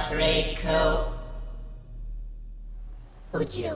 Calreco. Audio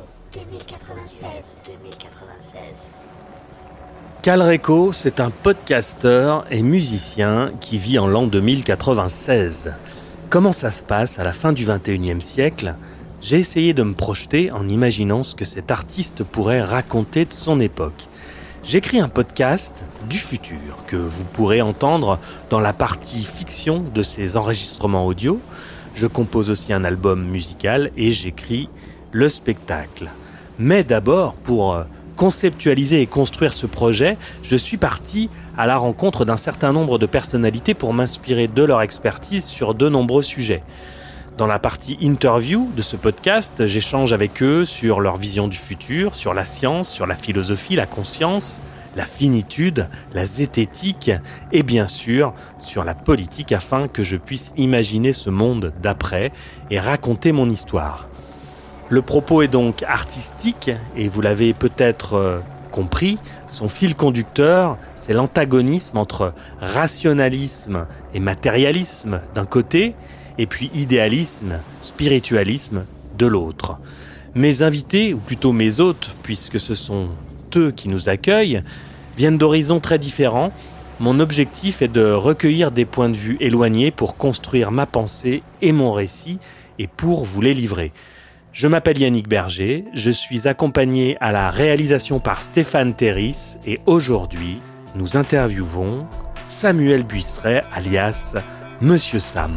2096. Calreco, c'est un podcasteur et musicien qui vit en l'an 2096. Comment ça se passe à la fin du 21e siècle ? J'ai essayé de me projeter en imaginant ce que cet artiste pourrait raconter de son époque. J'écris un podcast du futur que vous pourrez entendre dans la partie fiction de ces enregistrements audio. Je compose aussi un album musical et j'écris le spectacle. Mais d'abord, pour conceptualiser et construire ce projet, je suis parti à la rencontre d'un certain nombre de personnalités pour m'inspirer de leur expertise sur de nombreux sujets. Dans la partie interview de ce podcast, j'échange avec eux sur leur vision du futur, sur la science, sur la philosophie, la conscience, la finitude, la zététique et bien sûr sur la politique afin que je puisse imaginer ce monde d'après et raconter mon histoire. Le propos est donc artistique et vous l'avez peut-être compris, son fil conducteur, c'est l'antagonisme entre rationalisme et matérialisme d'un côté et puis idéalisme, spiritualisme de l'autre. Mes invités, ou plutôt mes hôtes, puisque ce sont eux qui nous accueillent, viennent d'horizons très différents. Mon objectif est de recueillir des points de vue éloignés pour construire ma pensée et mon récit et pour vous les livrer. Je m'appelle Yannick Berger, je suis accompagné à la réalisation par Stéphane Terris et aujourd'hui, nous interviewons Samuel Buisseret alias Monsieur Sam.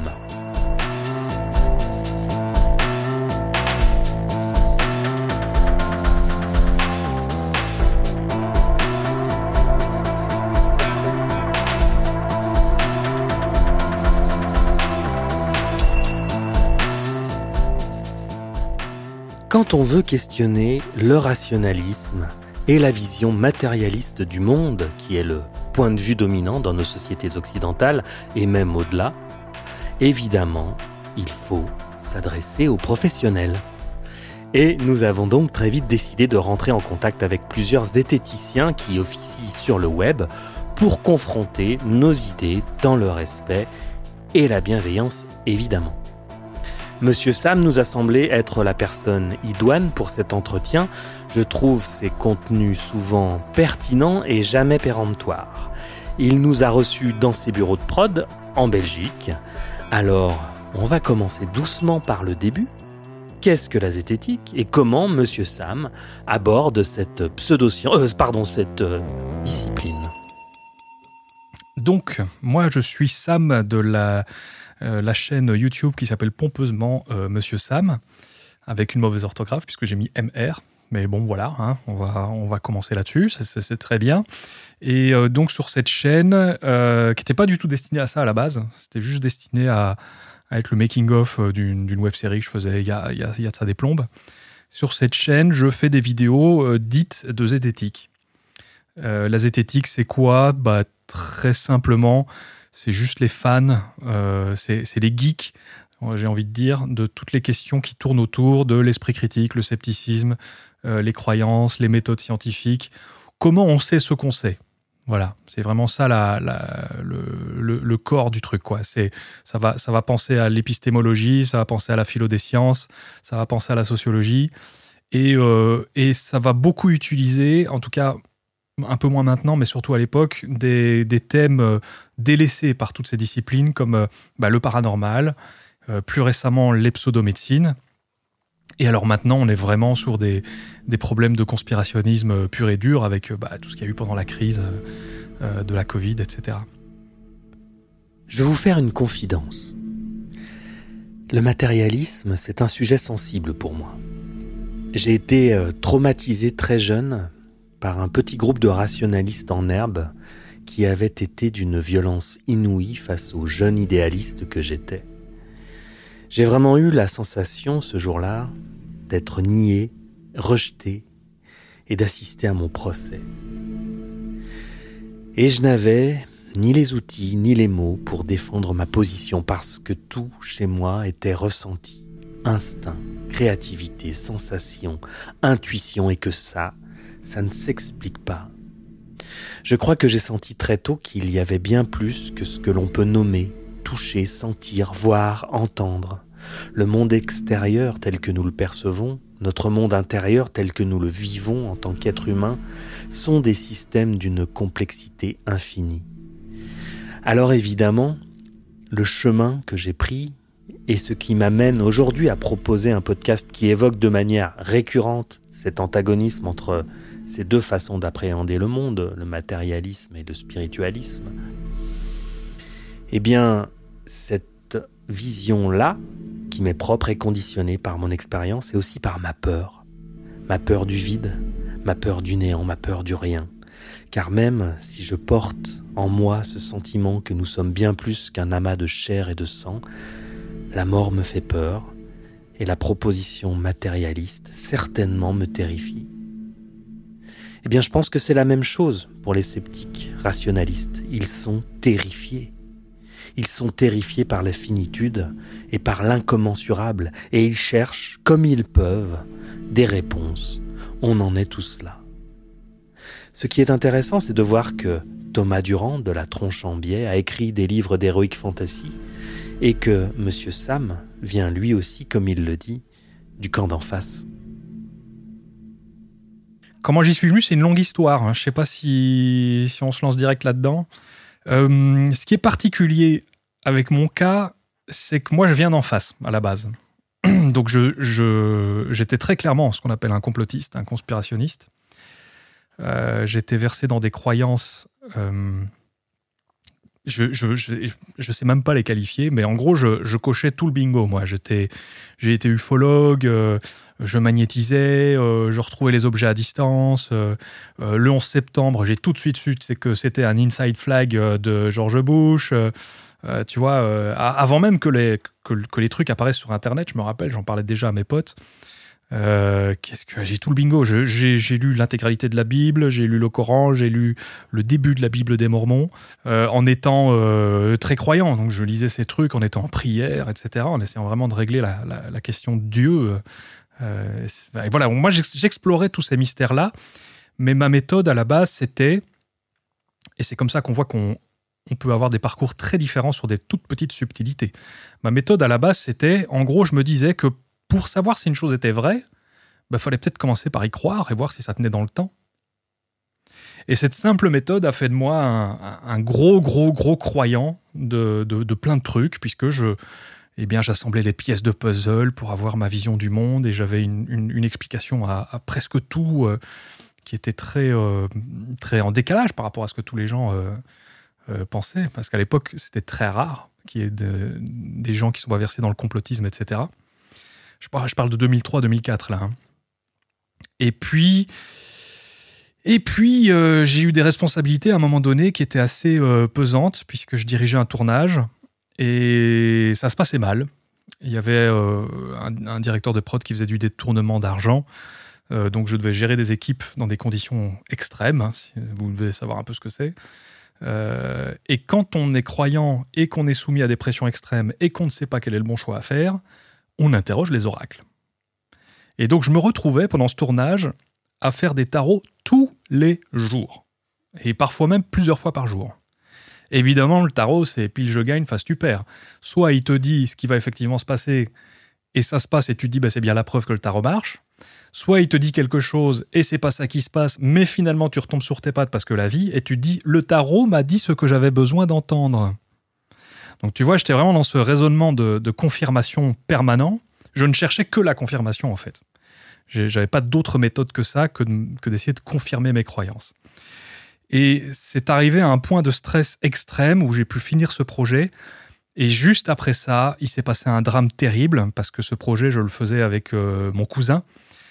Quand on veut questionner le rationalisme et la vision matérialiste du monde, qui est le point de vue dominant dans nos sociétés occidentales et même au-delà, évidemment, il faut s'adresser aux professionnels. Et nous avons donc très vite décidé de rentrer en contact avec plusieurs zététiciens qui officient sur le web pour confronter nos idées dans le respect et la bienveillance, évidemment. Monsieur Sam nous a semblé être la personne idoine pour cet entretien. Je trouve ses contenus souvent pertinents et jamais péremptoires. Il nous a reçus dans ses bureaux de prod en Belgique. Alors, on va commencer doucement par le début. Qu'est-ce que la zététique et comment Monsieur Sam aborde cette discipline ? Donc, moi je suis Sam de la chaîne YouTube qui s'appelle pompeusement Monsieur Sam, avec une mauvaise orthographe puisque j'ai mis MR, mais bon voilà, hein, on va commencer là-dessus, c'est très bien. Et donc sur cette chaîne, qui n'était pas du tout destinée à ça à la base, c'était juste destiné à être le making-of d'une web-série que je faisais il y a de ça des plombes. Sur cette chaîne, je fais des vidéos dites de zététique. La zététique, c'est quoi ? Très simplement, c'est juste les fans, c'est les geeks, j'ai envie de dire, de toutes les questions qui tournent autour de l'esprit critique, le scepticisme, les croyances, les méthodes scientifiques. Comment on sait ce qu'on sait ? Voilà, c'est vraiment ça le corps du truc, quoi. Ça va penser à l'épistémologie, ça va penser à la philo des sciences, ça va penser à la sociologie, et ça va beaucoup utiliser, en tout cas un peu moins maintenant, mais surtout à l'époque, des thèmes délaissés par toutes ces disciplines comme le paranormal, plus récemment les pseudomédecines. Et alors maintenant, on est vraiment sur des problèmes de conspirationnisme pur et dur avec tout ce qu'il y a eu pendant la crise de la Covid, etc. Je vais vous faire une confidence. Le matérialisme, c'est un sujet sensible pour moi. J'ai été traumatisé très jeune par un petit groupe de rationalistes en herbe qui avait été d'une violence inouïe face au jeune idéaliste que j'étais. J'ai vraiment eu la sensation, ce jour-là, d'être nié, rejeté et d'assister à mon procès. Et je n'avais ni les outils, ni les mots pour défendre ma position parce que tout chez moi était ressenti, instinct, créativité, sensation, intuition et que ça ne s'explique pas. Je crois que j'ai senti très tôt qu'il y avait bien plus que ce que l'on peut nommer, toucher, sentir, voir, entendre. le monde extérieur tel que nous le percevons, notre monde intérieur tel que nous le vivons en tant qu'être humain, sont des systèmes d'une complexité infinie. Alors évidemment, le chemin que j'ai pris et ce qui m'amène aujourd'hui à proposer un podcast qui évoque de manière récurrente cet antagonisme entre ces deux façons d'appréhender le monde, le matérialisme et le spiritualisme, eh bien, cette vision-là, qui m'est propre et conditionnée par mon expérience et aussi par ma peur du vide, ma peur du néant, ma peur du rien. Car même si je porte en moi ce sentiment que nous sommes bien plus qu'un amas de chair et de sang, la mort me fait peur et la proposition matérialiste certainement me terrifie. Eh bien, je pense que c'est la même chose pour les sceptiques rationalistes. Ils sont terrifiés. Ils sont terrifiés par la finitude et par l'incommensurable et ils cherchent, comme ils peuvent, des réponses. On en est tous là. Ce qui est intéressant, c'est de voir que Thomas Durand, de la Tronche en Biais, a écrit des livres d'heroic fantasy et que M. Sam vient lui aussi, comme il le dit, du camp d'en face. Comment j'y suis venu, c'est une longue histoire. Je ne sais pas si on se lance direct là-dedans. Ce qui est particulier avec mon cas, c'est que moi, je viens d'en face, à la base. Donc, j'étais très clairement ce qu'on appelle un complotiste, un conspirationniste. J'étais versé dans des croyances... je sais même pas les qualifier, mais en gros, je cochais tout le bingo, moi. J'ai été ufologue, je magnétisais, je retrouvais les objets à distance. Le 11 septembre, j'ai tout de suite su que c'était un inside flag de George Bush. Tu vois, avant même que les trucs apparaissent sur Internet, je me rappelle, j'en parlais déjà à mes potes. J'ai tout le bingo. J'ai lu l'intégralité de la Bible, j'ai lu le Coran, j'ai lu le début de la Bible des Mormons, en étant très croyant. Donc je lisais ces trucs en étant en prière, etc., en essayant vraiment de régler la question de Dieu. Et voilà, moi j'explorais tous ces mystères-là, mais ma méthode à la base c'était, et c'est comme ça qu'on voit qu'on peut avoir des parcours très différents sur des toutes petites subtilités. Ma méthode à la base c'était, en gros, je me disais que pour savoir si une chose était vraie, il fallait peut-être commencer par y croire et voir si ça tenait dans le temps. Et cette simple méthode a fait de moi un gros croyant de plein de trucs, puisque j'assemblais les pièces de puzzle pour avoir ma vision du monde et j'avais une explication à presque tout qui était très en décalage par rapport à ce que tous les gens pensaient, parce qu'à l'époque, c'était très rare qu'il y ait des gens qui sont versés dans le complotisme, etc. Je parle de 2003-2004, là. Et puis j'ai eu des responsabilités à un moment donné qui étaient assez pesantes, puisque je dirigeais un tournage, et ça se passait mal. Il y avait un directeur de prod qui faisait du détournement d'argent, donc je devais gérer des équipes dans des conditions extrêmes, si vous devez savoir un peu ce que c'est. Et quand on est croyant et qu'on est soumis à des pressions extrêmes et qu'on ne sait pas quel est le bon choix à faire, on interroge les oracles. Et donc, je me retrouvais pendant ce tournage à faire des tarots tous les jours. Et parfois même plusieurs fois par jour. Évidemment, le tarot, c'est pile je gagne, face tu perds. Soit il te dit ce qui va effectivement se passer, et ça se passe, et tu te dis c'est bien la preuve que le tarot marche. Soit il te dit quelque chose, et c'est pas ça qui se passe, mais finalement tu retombes sur tes pattes parce que la vie, et tu te dis le tarot m'a dit ce que j'avais besoin d'entendre. Donc tu vois, j'étais vraiment dans ce raisonnement de confirmation permanent. Je ne cherchais que la confirmation, en fait. J'avais pas d'autre méthode que ça, que d'essayer de confirmer mes croyances. Et c'est arrivé à un point de stress extrême où j'ai pu finir ce projet. Et juste après ça, il s'est passé un drame terrible, parce que ce projet, je le faisais avec mon cousin,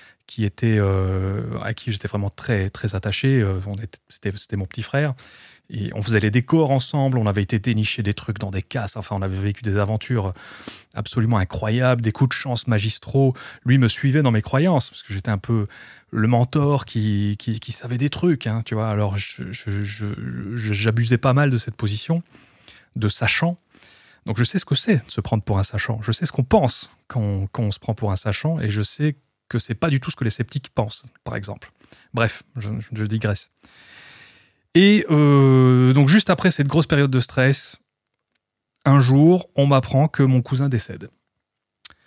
à qui j'étais vraiment très, très attaché. C'était mon petit frère. Et on faisait les décors ensemble, on avait été dénicher des trucs dans des casses, enfin on avait vécu des aventures absolument incroyables, des coups de chance magistraux. Lui me suivait dans mes croyances, parce que j'étais un peu le mentor qui savait des trucs, hein, tu vois. Alors j'abusais pas mal de cette position, de sachant. Donc je sais ce que c'est de se prendre pour un sachant. Je sais ce qu'on pense quand on se prend pour un sachant, et je sais que c'est pas du tout ce que les sceptiques pensent, par exemple. Bref, je digresse. Et donc juste après cette grosse période de stress, un jour, on m'apprend que mon cousin décède.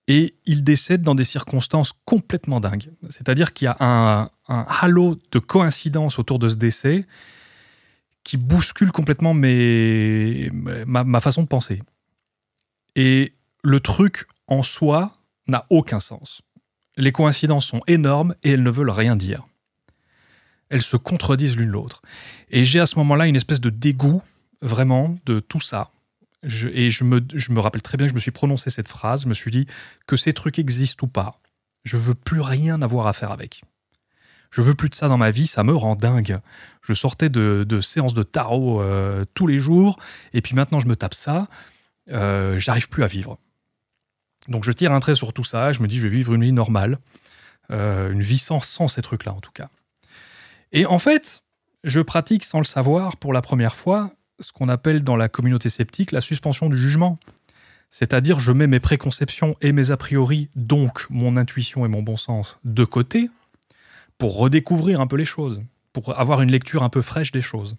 Et il décède dans des circonstances complètement dingues. C'est-à-dire qu'il y a un halo de coïncidence autour de ce décès qui bouscule complètement ma façon de penser. Et le truc en soi n'a aucun sens. Les coïncidences sont énormes et elles ne veulent rien dire. Elles se contredisent l'une l'autre. Et j'ai à ce moment-là une espèce de dégoût, vraiment, de tout ça. Je me rappelle très bien que je me suis prononcé cette phrase, je me suis dit que ces trucs existent ou pas, je veux plus rien avoir à faire avec. Je veux plus de ça dans ma vie, ça me rend dingue. Je sortais de séances de tarot tous les jours, et puis maintenant je me tape ça, j'arrive plus à vivre. Donc je tire un trait sur tout ça, je me dis je vais vivre une vie normale, une vie sans ces trucs-là en tout cas. Et en fait, je pratique sans le savoir pour la première fois ce qu'on appelle dans la communauté sceptique la suspension du jugement. C'est-à-dire, je mets mes préconceptions et mes a priori, donc mon intuition et mon bon sens, de côté, pour redécouvrir un peu les choses, pour avoir une lecture un peu fraîche des choses.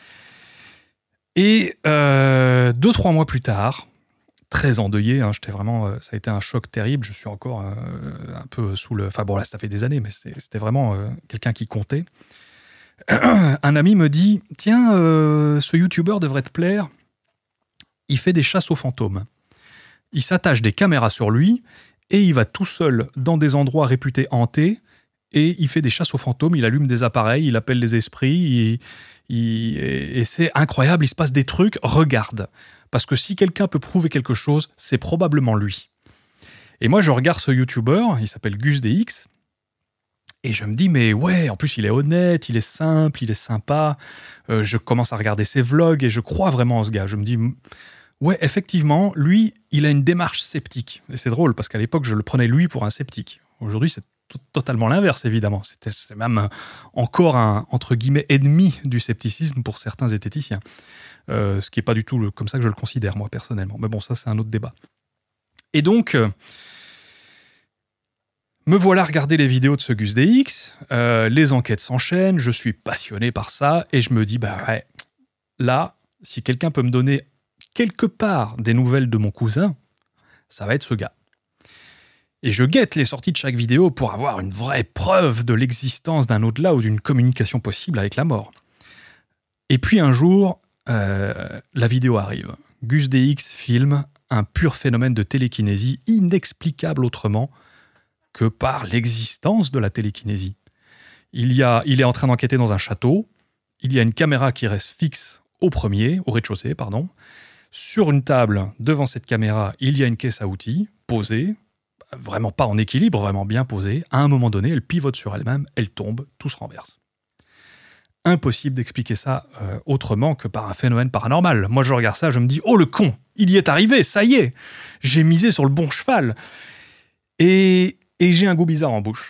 Et 2-3 mois plus tard, très endeuillé, j'étais vraiment, ça a été un choc terrible, je suis encore un peu sous le... Enfin bon, là, ça fait des années, mais c'était vraiment quelqu'un qui comptait. Un ami me dit « Tiens, ce youtubeur devrait te plaire. Il fait des chasses aux fantômes. Il s'attache des caméras sur lui et il va tout seul dans des endroits réputés hantés et il fait des chasses aux fantômes, il allume des appareils, il appelle les esprits et c'est incroyable, il se passe des trucs, regarde. Parce que si quelqu'un peut prouver quelque chose, c'est probablement lui. » Et moi, je regarde ce youtubeur, il s'appelle GusDX. Et je me dis, mais ouais, en plus, il est honnête, il est simple, il est sympa. Je commence à regarder ses vlogs et je crois vraiment en ce gars. Je me dis, ouais, effectivement, lui, il a une démarche sceptique. Et c'est drôle, parce qu'à l'époque, je le prenais, lui, pour un sceptique. Aujourd'hui, c'est totalement l'inverse, évidemment. C'est même encore un, entre guillemets, ennemi du scepticisme pour certains zététiciens. Ce qui n'est pas du tout comme ça que je le considère, moi, personnellement. Mais bon, ça, c'est un autre débat. Et donc... me voilà regarder les vidéos de ce GusDX, les enquêtes s'enchaînent, je suis passionné par ça, et je me dis, bah ouais, là, si quelqu'un peut me donner quelque part des nouvelles de mon cousin, ça va être ce gars. Et je guette les sorties de chaque vidéo pour avoir une vraie preuve de l'existence d'un au-delà ou d'une communication possible avec la mort. Et puis un jour, la vidéo arrive. GusDX filme un pur phénomène de télékinésie inexplicable autrement que par l'existence de la télékinésie. Il est en train d'enquêter dans un château, il y a une caméra qui reste fixe au rez-de-chaussée, pardon. Sur une table, devant cette caméra, il y a une caisse à outils, posée, vraiment pas en équilibre, vraiment bien posée. À un moment donné, elle pivote sur elle-même, elle tombe, tout se renverse. Impossible d'expliquer ça autrement que par un phénomène paranormal. Moi, je regarde ça, je me dis « Oh, le con, il y est arrivé, ça y est, j'ai misé sur le bon cheval !» Et j'ai un goût bizarre en bouche.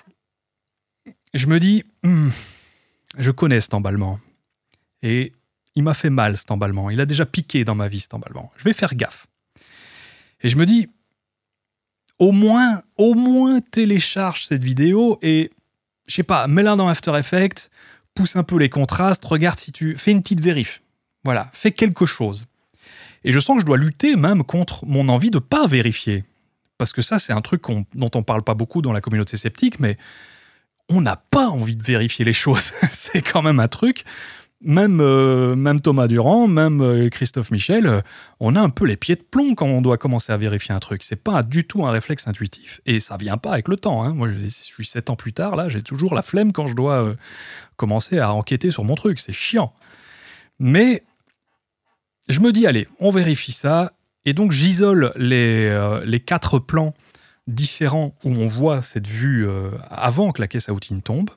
Je me dis, je connais cet emballement. Et il m'a fait mal, cet emballement. Il a déjà piqué dans ma vie, cet emballement. Je vais faire gaffe. Et je me dis, au moins télécharge cette vidéo et, je sais pas, mets-la dans After Effects, pousse un peu les contrastes, regarde si tu... Fais une petite vérif. Voilà, fais quelque chose. Et je sens que je dois lutter même contre mon envie de pas vérifier. Parce que ça, c'est un truc dont on parle pas beaucoup dans la communauté sceptique, mais on n'a pas envie de vérifier les choses. C'est quand même un truc. Même Thomas Durand, même Christophe Michel, on a un peu les pieds de plomb quand on doit commencer à vérifier un truc. C'est pas du tout un réflexe intuitif. Et ça vient pas avec le temps. Hein. Moi, je suis 7 ans plus tard, là, j'ai toujours la flemme quand je dois commencer à enquêter sur mon truc. C'est chiant. Mais je me dis, allez, on vérifie ça. Et donc, j'isole les 4 plans différents où on voit cette vue avant que la caisse à outils ne tombe.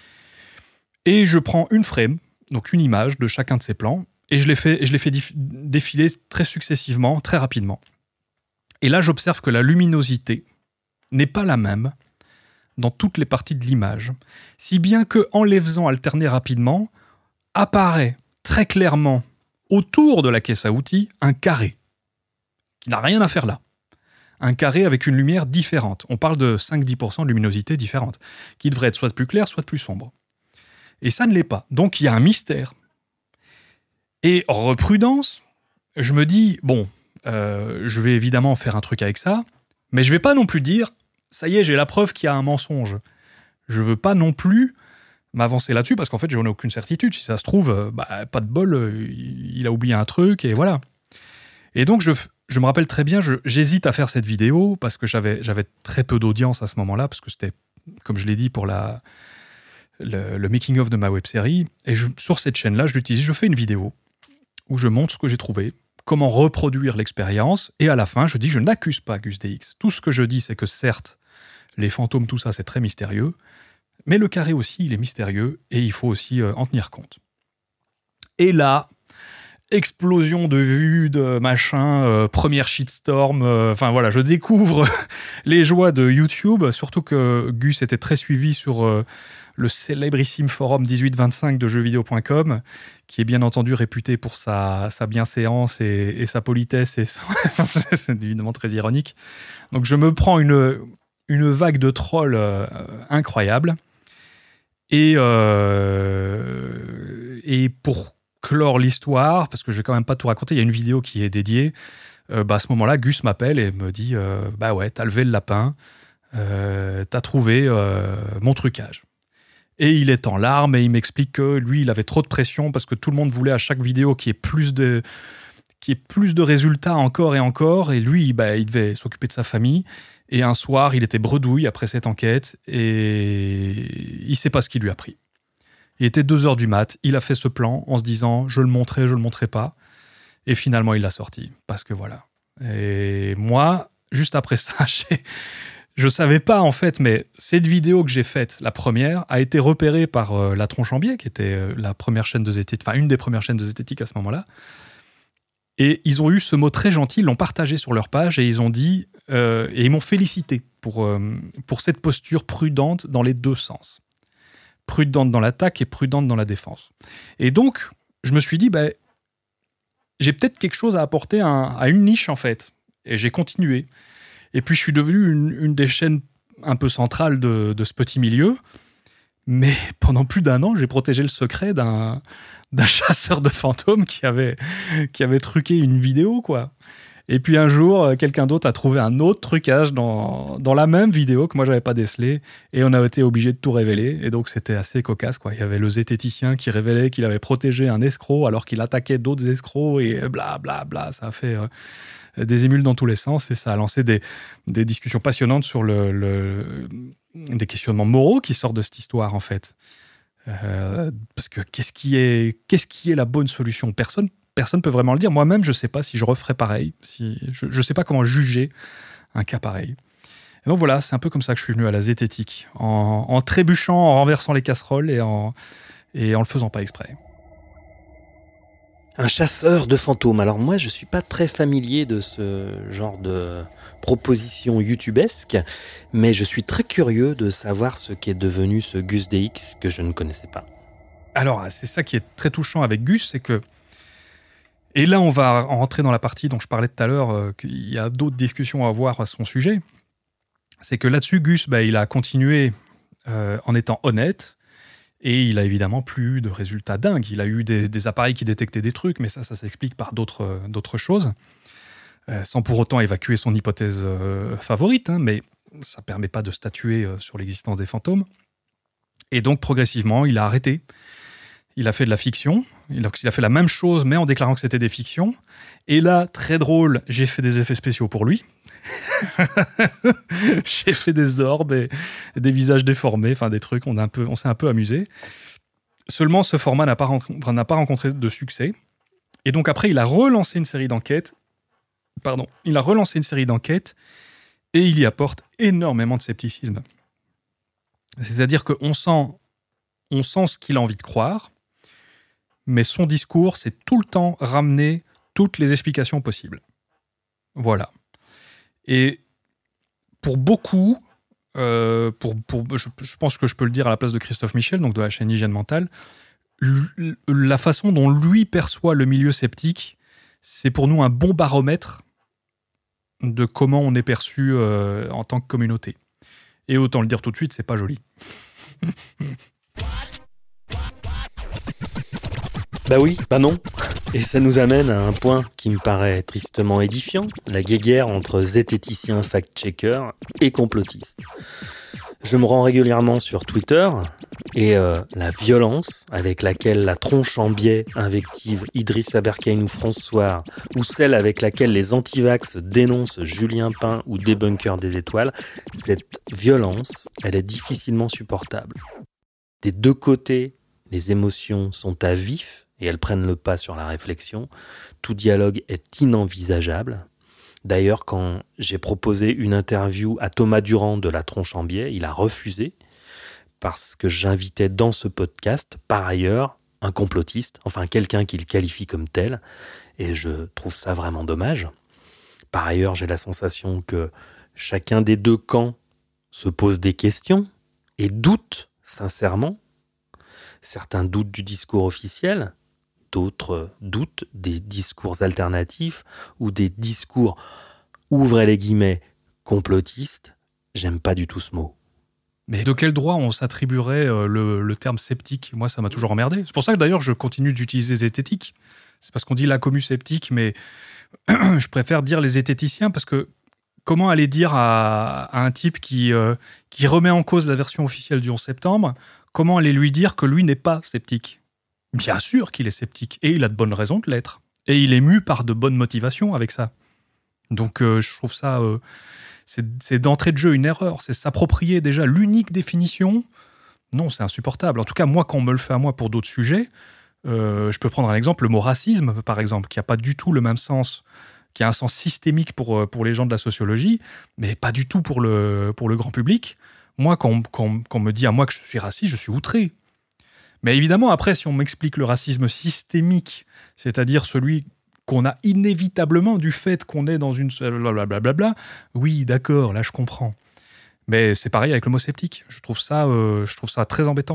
Et je prends une frame, donc une image de chacun de ces plans, et je les fais défiler très successivement, très rapidement. Et là, j'observe que la luminosité n'est pas la même dans toutes les parties de l'image, si bien qu'en les faisant alterner rapidement, apparaît très clairement autour de la caisse à outils un carré, qui n'a rien à faire là. Un carré avec une lumière différente. On parle de 5-10% de luminosité différente, qui devrait être soit plus clair, soit plus sombre. Et ça ne l'est pas. Donc il y a un mystère. Et reprudence, je me dis, bon, je vais évidemment faire un truc avec ça, Mais je vais pas non plus dire, ça y est, j'ai la preuve qu'il y a un mensonge. Je veux pas non plus m'avancer là-dessus parce qu'en fait, j'en ai aucune certitude. Si ça se trouve, pas de bol, il a oublié un truc et voilà. Et donc, je me rappelle très bien, j'hésite à faire cette vidéo parce que j'avais très peu d'audience à ce moment-là parce que c'était, comme je l'ai dit, pour le making-of de ma web-série. Et sur cette chaîne-là, je fais une vidéo où je montre ce que j'ai trouvé, comment reproduire l'expérience, et à la fin, je dis, je n'accuse pas GusDX. Tout ce que je dis, c'est que certes, les fantômes, tout ça, c'est très mystérieux, mais le carré aussi, il est mystérieux, et il faut aussi en tenir compte. Et là, explosion de vues, de machin, première shitstorm, enfin voilà, je découvre les joies de YouTube, surtout que Gus était très suivi sur le célébrissime forum 1825 de jeuxvideo.com, qui est bien entendu réputé pour sa bienséance et sa politesse, c'est évidemment très ironique. Donc je me prends une vague de trolls incroyable, et pour clore l'histoire, parce que je vais quand même pas tout raconter, il y a une vidéo qui est dédiée. À ce moment-là, Gus m'appelle et me dit bah ouais, t'as levé le lapin, t'as trouvé mon trucage. Et il est en larmes et il m'explique que lui, il avait trop de pression parce que tout le monde voulait à chaque vidéo qu'il y ait plus de résultats encore et encore. Et lui, il devait s'occuper de sa famille. Et un soir, il était bredouille après cette enquête et il sait pas ce qui lui a pris. Il était 2h du mat, il a fait ce plan en se disant je le montrerai pas. Et finalement, il l'a sorti. Parce que voilà. Et moi, juste après ça, je savais pas en fait, mais cette vidéo que j'ai faite, la première, a été repérée par La Tronche en Biais, qui était la première chaîne de zététique, enfin une des premières chaînes de zététique à ce moment-là. Et ils ont eu ce mot très gentil, ils l'ont partagé sur leur page et ils ont dit, et ils m'ont félicité pour cette posture prudente dans les deux sens. Prudente dans l'attaque et prudente dans la défense. Et donc, je me suis dit, j'ai peut-être quelque chose à apporter à une niche, en fait. Et j'ai continué. Et puis, je suis devenu une des chaînes un peu centrales de ce petit milieu. Mais pendant plus d'1 an, j'ai protégé le secret d'un chasseur de fantômes qui avait truqué une vidéo, quoi. Et puis un jour, quelqu'un d'autre a trouvé un autre trucage dans la même vidéo que moi, j'avais pas décelé. Et on a été obligé de tout révéler. Et donc, c'était assez cocasse, quoi. Il y avait le zététicien qui révélait qu'il avait protégé un escroc alors qu'il attaquait d'autres escrocs et blablabla. Ça a fait des émules dans tous les sens et ça a lancé des discussions passionnantes sur des questionnements moraux qui sortent de cette histoire, en fait. Parce que qu'est-ce qui est la bonne solution ? Personne peut vraiment le dire. Moi-même, je ne sais pas si je referais pareil. Je ne sais pas comment juger un cas pareil. Et donc voilà, c'est un peu comme ça que je suis venu à la zététique, en trébuchant, en renversant les casseroles et en le faisant pas exprès. Un chasseur de fantômes. Alors moi, je suis pas très familier de ce genre de proposition youtubesque, mais je suis très curieux de savoir ce qu'est devenu ce GusDX que je ne connaissais pas. Alors, c'est ça qui est très touchant avec Gus, c'est que et là, on va rentrer dans la partie dont je parlais tout à l'heure, qu'il y a d'autres discussions à avoir à son sujet. C'est que là-dessus, Gus, il a continué en étant honnête et il a évidemment plus de résultats dingues. Il a eu des appareils qui détectaient des trucs, mais ça s'explique par d'autres choses, sans pour autant évacuer son hypothèse favorite, mais ça ne permet pas de statuer sur l'existence des fantômes. Et donc, progressivement, il a arrêté. Il a fait de la fiction, il a fait la même chose, mais en déclarant que c'était des fictions. Et là, très drôle, j'ai fait des effets spéciaux pour lui. J'ai fait des orbes et des visages déformés, enfin des trucs, on s'est un peu amusé. Seulement, ce format n'a pas rencontré de succès. Et donc après, il a relancé une série d'enquêtes. Et il y apporte énormément de scepticisme. C'est-à-dire qu'on sent ce qu'il a envie de croire, mais son discours, c'est tout le temps ramener toutes les explications possibles. Voilà. Et pour beaucoup, je pense que je peux le dire à la place de Christophe Michel, donc de la chaîne Hygiène Mentale, la façon dont lui perçoit le milieu sceptique, c'est pour nous un bon baromètre de comment on est perçu en tant que communauté. Et autant le dire tout de suite, c'est pas joli. Bah oui, bah non. Et ça nous amène à un point qui me paraît tristement édifiant, la guéguerre entre zététiciens fact-checkers et complotistes. Je me rends régulièrement sur Twitter et la violence avec laquelle la tronche en biais invective Idriss Aberkane ou François, ou celle avec laquelle les antivax dénoncent Julien Pain ou Débunker des étoiles, cette violence, elle est difficilement supportable. Des deux côtés, les émotions sont à vif et elles prennent le pas sur la réflexion. Tout dialogue est inenvisageable. D'ailleurs, quand j'ai proposé une interview à Thomas Durand de La Tronche en Biais, il a refusé parce que j'invitais dans ce podcast, par ailleurs, un complotiste, enfin quelqu'un qu'il qualifie comme tel, et je trouve ça vraiment dommage. Par ailleurs, j'ai la sensation que chacun des deux camps se pose des questions et doute sincèrement. Certains doutent du discours officiel, d'autres doutent des discours alternatifs ou des discours, ouvrez les guillemets, complotistes. J'aime pas du tout ce mot. Mais de quel droit on s'attribuerait le terme sceptique ? Moi, ça m'a toujours emmerdé. C'est pour ça que d'ailleurs, je continue d'utiliser zététique. C'est parce qu'on dit la commu sceptique, mais je préfère dire les zététiciens parce que comment aller dire à un type qui remet en cause la version officielle du 11 septembre, comment aller lui dire que lui n'est pas sceptique ? Bien sûr qu'il est sceptique, et il a de bonnes raisons de l'être. Et il est mu par de bonnes motivations avec ça. Donc je trouve ça... c'est d'entrée de jeu une erreur. C'est s'approprier déjà l'unique définition. Non, c'est insupportable. En tout cas, moi, quand on me le fait à moi pour d'autres sujets, je peux prendre un exemple, le mot racisme, par exemple, qui n'a pas du tout le même sens, qui a un sens systémique pour les gens de la sociologie, mais pas du tout pour le grand public. Moi, quand on me dit à moi que je suis raciste, je suis outré. Mais évidemment, après, si on m'explique le racisme systémique, c'est-à-dire celui qu'on a inévitablement du fait qu'on est dans une... blablabla, oui, d'accord, là, je comprends. Mais c'est pareil avec le mot sceptique. Je trouve ça très embêtant.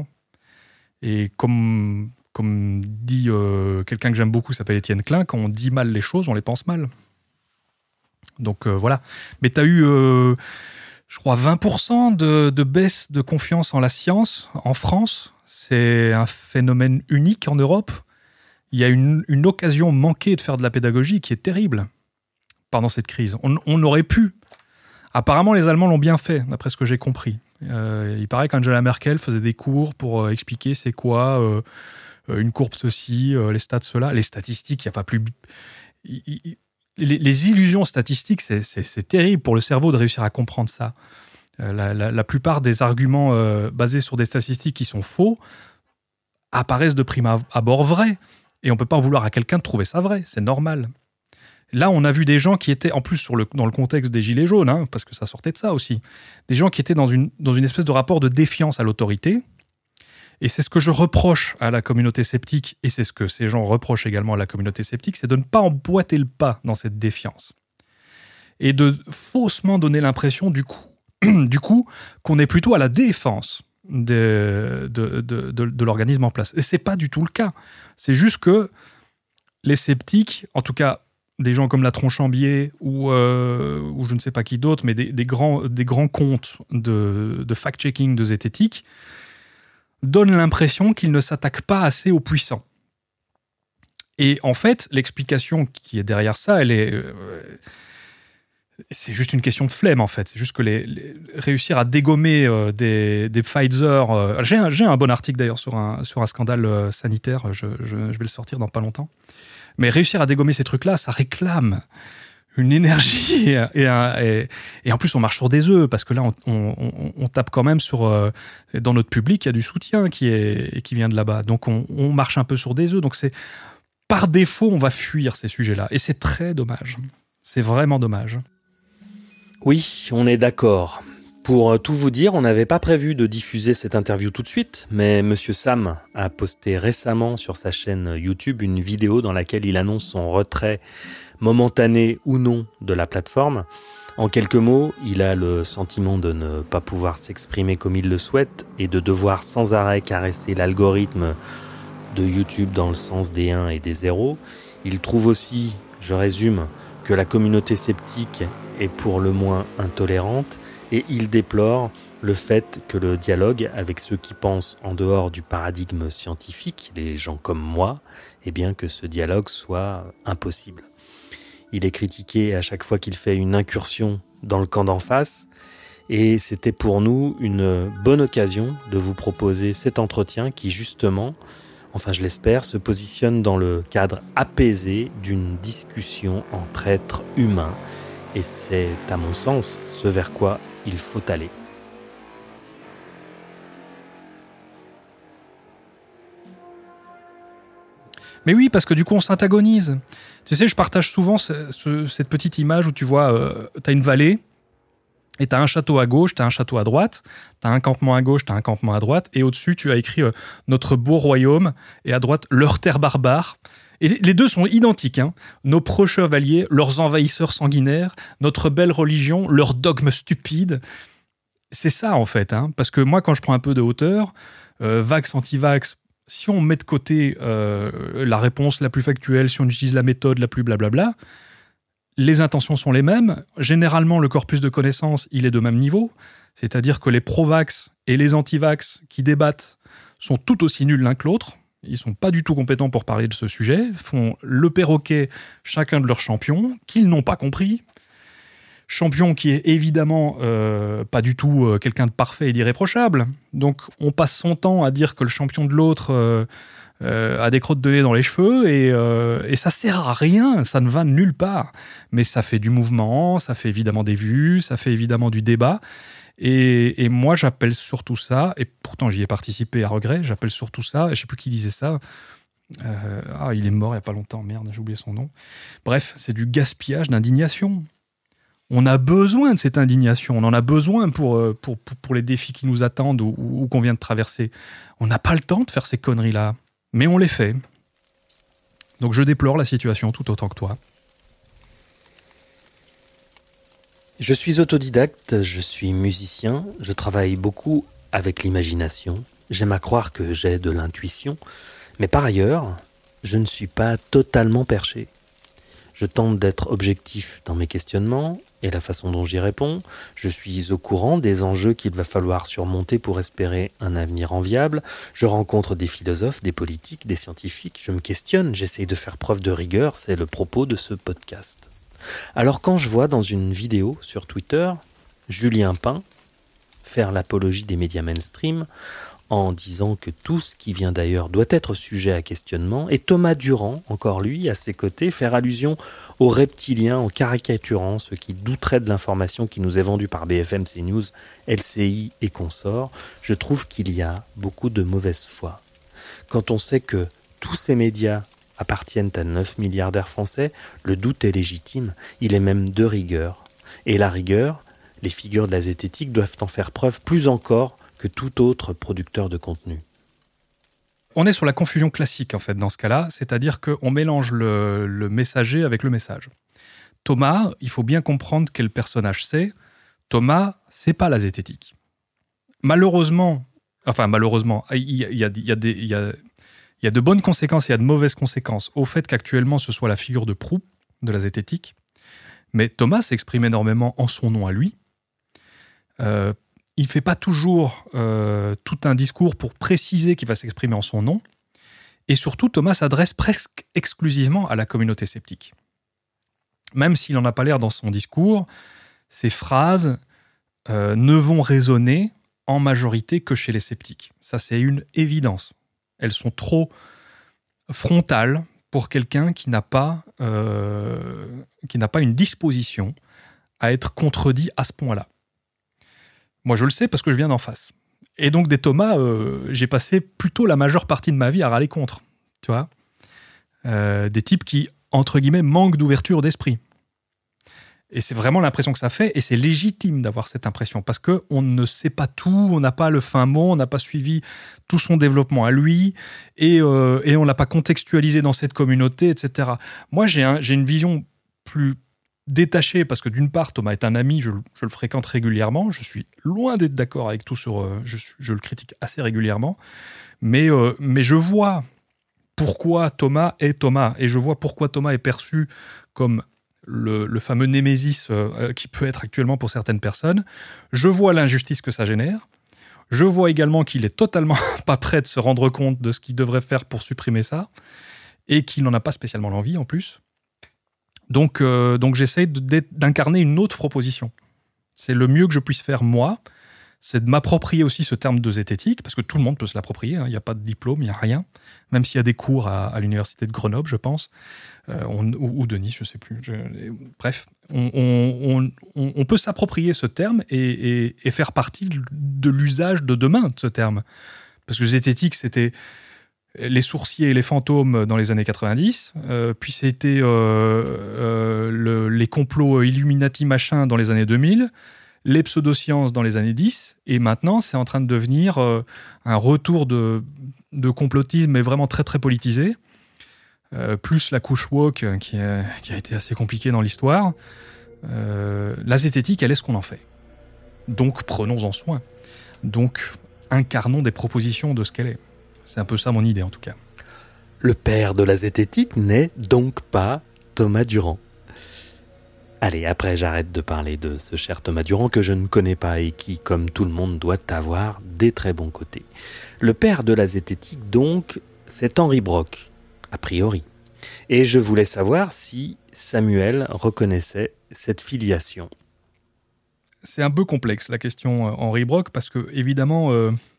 Et comme dit quelqu'un que j'aime beaucoup, s'appelle Étienne Klein, quand on dit mal les choses, on les pense mal. Donc voilà. Mais tu as eu... je crois 20% de baisse de confiance en la science en France. C'est un phénomène unique en Europe. Il y a une occasion manquée de faire de la pédagogie qui est terrible pendant cette crise. On aurait pu. Apparemment, les Allemands l'ont bien fait, d'après ce que j'ai compris. Il paraît qu'Angela Merkel faisait des cours pour expliquer c'est quoi une courbe ceci, les stats cela. Les statistiques, il n'y a pas plus... Les illusions statistiques, c'est terrible pour le cerveau de réussir à comprendre ça. La plupart des arguments basés sur des statistiques qui sont faux apparaissent de prime abord vrais. Et on ne peut pas en vouloir à quelqu'un de trouver ça vrai. C'est normal. Là, on a vu des gens qui étaient, en plus dans le contexte des Gilets jaunes, hein, parce que ça sortait de ça aussi, des gens qui étaient dans une espèce de rapport de défiance à l'autorité. Et c'est ce que je reproche à la communauté sceptique, et c'est ce que ces gens reprochent également à la communauté sceptique, c'est de ne pas emboîter le pas dans cette défiance. Et de faussement donner l'impression, du coup qu'on est plutôt à la défense de l'organisme en place. Et c'est pas du tout le cas. C'est juste que les sceptiques, en tout cas des gens comme La Tronche en Biais ou je ne sais pas qui d'autre, mais des grands comptes de fact-checking de zététique, donnent l'impression qu'ils ne s'attaquent pas assez aux puissants. Et en fait, l'explication qui est derrière ça, c'est juste une question de flemme, en fait. C'est juste que réussir à dégommer des Pfizer... J'ai un bon article, d'ailleurs, sur un scandale sanitaire. Je vais le sortir dans pas longtemps. Mais réussir à dégommer ces trucs-là, ça réclame une énergie. Et en plus, on marche sur des œufs, parce que là, on tape quand même sur... dans notre public, il y a du soutien qui vient de là-bas. Donc, on marche un peu sur des œufs. Donc, par défaut, on va fuir ces sujets-là. Et c'est très dommage. C'est vraiment dommage. Oui, on est d'accord. Pour tout vous dire, on n'avait pas prévu de diffuser cette interview tout de suite, mais Monsieur Sam a posté récemment sur sa chaîne YouTube une vidéo dans laquelle il annonce son retrait momentané ou non de la plateforme. En quelques mots, il a le sentiment de ne pas pouvoir s'exprimer comme il le souhaite et de devoir sans arrêt caresser l'algorithme de YouTube dans le sens des 1 et des 0. Il trouve aussi, je résume, que la communauté sceptique est pour le moins intolérante et il déplore le fait que le dialogue avec ceux qui pensent en dehors du paradigme scientifique, les gens comme moi, eh bien que ce dialogue soit impossible. Il est critiqué à chaque fois qu'il fait une incursion dans le camp d'en face, et c'était pour nous une bonne occasion de vous proposer cet entretien qui justement, enfin je l'espère, se positionne dans le cadre apaisé d'une discussion entre êtres humains. Et c'est, à mon sens, ce vers quoi il faut aller. Mais oui, parce que du coup, on s'antagonise. Tu sais, je partage souvent cette petite image où tu vois, tu as une vallée, et tu as un château à gauche, tu as un château à droite, tu as un campement à gauche, tu as un campement à droite, et au-dessus, tu as écrit notre beau royaume, et à droite, leur terre barbare. Et les deux sont identiques. Hein. Nos pro-chevaliers, leurs envahisseurs sanguinaires, notre belle religion, leurs dogmes stupides. C'est ça, en fait. Hein. Parce que moi, quand je prends un peu de hauteur, vax, anti-vax, si on met de côté la réponse la plus factuelle, si on utilise la méthode la plus blablabla, les intentions sont les mêmes. Généralement, le corpus de connaissances, il est de même niveau. C'est-à-dire que les pro-vax et les anti-vax qui débattent sont tout aussi nuls l'un que l'autre. Ils ne sont pas du tout compétents pour parler de ce sujet, font le perroquet chacun de leurs champions, qu'ils n'ont pas compris. Champion qui est évidemment pas du tout quelqu'un de parfait et d'irréprochable. Donc on passe son temps à dire que le champion de l'autre a des crottes de nez dans les cheveux et ça sert à rien, ça ne va nulle part. Mais ça fait du mouvement, ça fait évidemment des vues, ça fait évidemment du débat. Et moi, j'appelle surtout ça, et pourtant j'y ai participé à regret, j'appelle surtout ça, je ne sais plus qui disait ça, il est mort il n'y a pas longtemps, merde, j'ai oublié son nom. Bref, c'est du gaspillage d'indignation. On a besoin de cette indignation, on en a besoin pour les défis qui nous attendent ou qu'on vient de traverser. On n'a pas le temps de faire ces conneries-là, mais on les fait. Donc je déplore la situation tout autant que toi. Je suis autodidacte, je suis musicien, je travaille beaucoup avec l'imagination. J'aime à croire que j'ai de l'intuition, mais par ailleurs, je ne suis pas totalement perché. Je tente d'être objectif dans mes questionnements et la façon dont j'y réponds. Je suis au courant des enjeux qu'il va falloir surmonter pour espérer un avenir enviable. Je rencontre des philosophes, des politiques, des scientifiques. Je me questionne, j'essaye de faire preuve de rigueur, c'est le propos de ce podcast. Alors quand je vois dans une vidéo sur Twitter Julien Pain faire l'apologie des médias mainstream en disant que tout ce qui vient d'ailleurs doit être sujet à questionnement, et Thomas Durand, encore lui, à ses côtés, faire allusion aux reptiliens en caricaturant ceux qui douteraient de l'information qui nous est vendue par BFM, CNews, LCI et consorts, je trouve qu'il y a beaucoup de mauvaise foi. Quand on sait que tous ces médias appartiennent à 9 milliardaires français, le doute est légitime, il est même de rigueur. Et la rigueur, les figures de la zététique doivent en faire preuve plus encore que tout autre producteur de contenu. On est sur la confusion classique, en fait, dans ce cas-là, c'est-à-dire qu'on mélange le messager avec le message. Thomas, il faut bien comprendre quel personnage c'est. Thomas, c'est pas la zététique. Malheureusement, il y a de bonnes conséquences, il y a de mauvaises conséquences au fait qu'actuellement ce soit la figure de proue de la zététique. Mais Thomas s'exprime énormément en son nom à lui. Il ne fait pas toujours tout un discours pour préciser qu'il va s'exprimer en son nom. Et surtout, Thomas s'adresse presque exclusivement à la communauté sceptique. Même s'il n'en a pas l'air dans son discours, ses phrases ne vont résonner en majorité que chez les sceptiques. Ça, c'est une évidence. Elles sont trop frontales pour quelqu'un qui n'a pas une disposition à être contredit à ce point-là. Moi, je le sais parce que je viens d'en face. Et donc, des Thomas, j'ai passé plutôt la majeure partie de ma vie à râler contre. Tu vois, des types qui, entre guillemets, manquent d'ouverture d'esprit. Et c'est vraiment l'impression que ça fait, et c'est légitime d'avoir cette impression, parce qu'on ne sait pas tout, on n'a pas le fin mot, on n'a pas suivi tout son développement à lui, et on ne l'a pas contextualisé dans cette communauté, etc. Moi, j'ai une vision plus détachée, parce que d'une part, Thomas est un ami, je le fréquente régulièrement, je suis loin d'être d'accord avec tout sur... je le critique assez régulièrement, mais je vois pourquoi Thomas est Thomas, et je vois pourquoi Thomas est perçu comme le fameux némésis qui peut être actuellement pour certaines personnes. Je vois l'injustice que ça génère. Je vois également qu'il est totalement pas prêt de se rendre compte de ce qu'il devrait faire pour supprimer ça et qu'il n'en a pas spécialement l'envie en plus. Donc j'essaie d'incarner une autre proposition. C'est le mieux que je puisse faire moi, c'est de m'approprier aussi ce terme de zététique, parce que tout le monde peut se l'approprier, hein. Il n'y a pas de diplôme, il n'y a rien, même s'il y a des cours à l'université de Grenoble, je pense, ou de Nice, je ne sais plus. Bref, on peut s'approprier ce terme et faire partie de l'usage de demain de ce terme. Parce que zététique, c'était les sourciers et les fantômes dans les années 90, puis c'était les complots Illuminati machin dans les années 2000, les pseudosciences dans les années 10, et maintenant c'est en train de devenir un retour de complotisme, mais vraiment très très politisé, plus la couche woke qui a été assez compliquée dans l'histoire. La zététique, elle est ce qu'on en fait. Donc prenons-en soin. Donc incarnons des propositions de ce qu'elle est. C'est un peu ça mon idée en tout cas. Le père de la zététique n'est donc pas Thomas Durand. Allez, après j'arrête de parler de ce cher Thomas Durand que je ne connais pas et qui, comme tout le monde, doit avoir des très bons côtés. Le père de la zététique, donc, c'est Henri Brock, a priori. Et je voulais savoir si Samuel reconnaissait cette filiation. C'est un peu complexe la question Henri Brock, parce que, évidemment,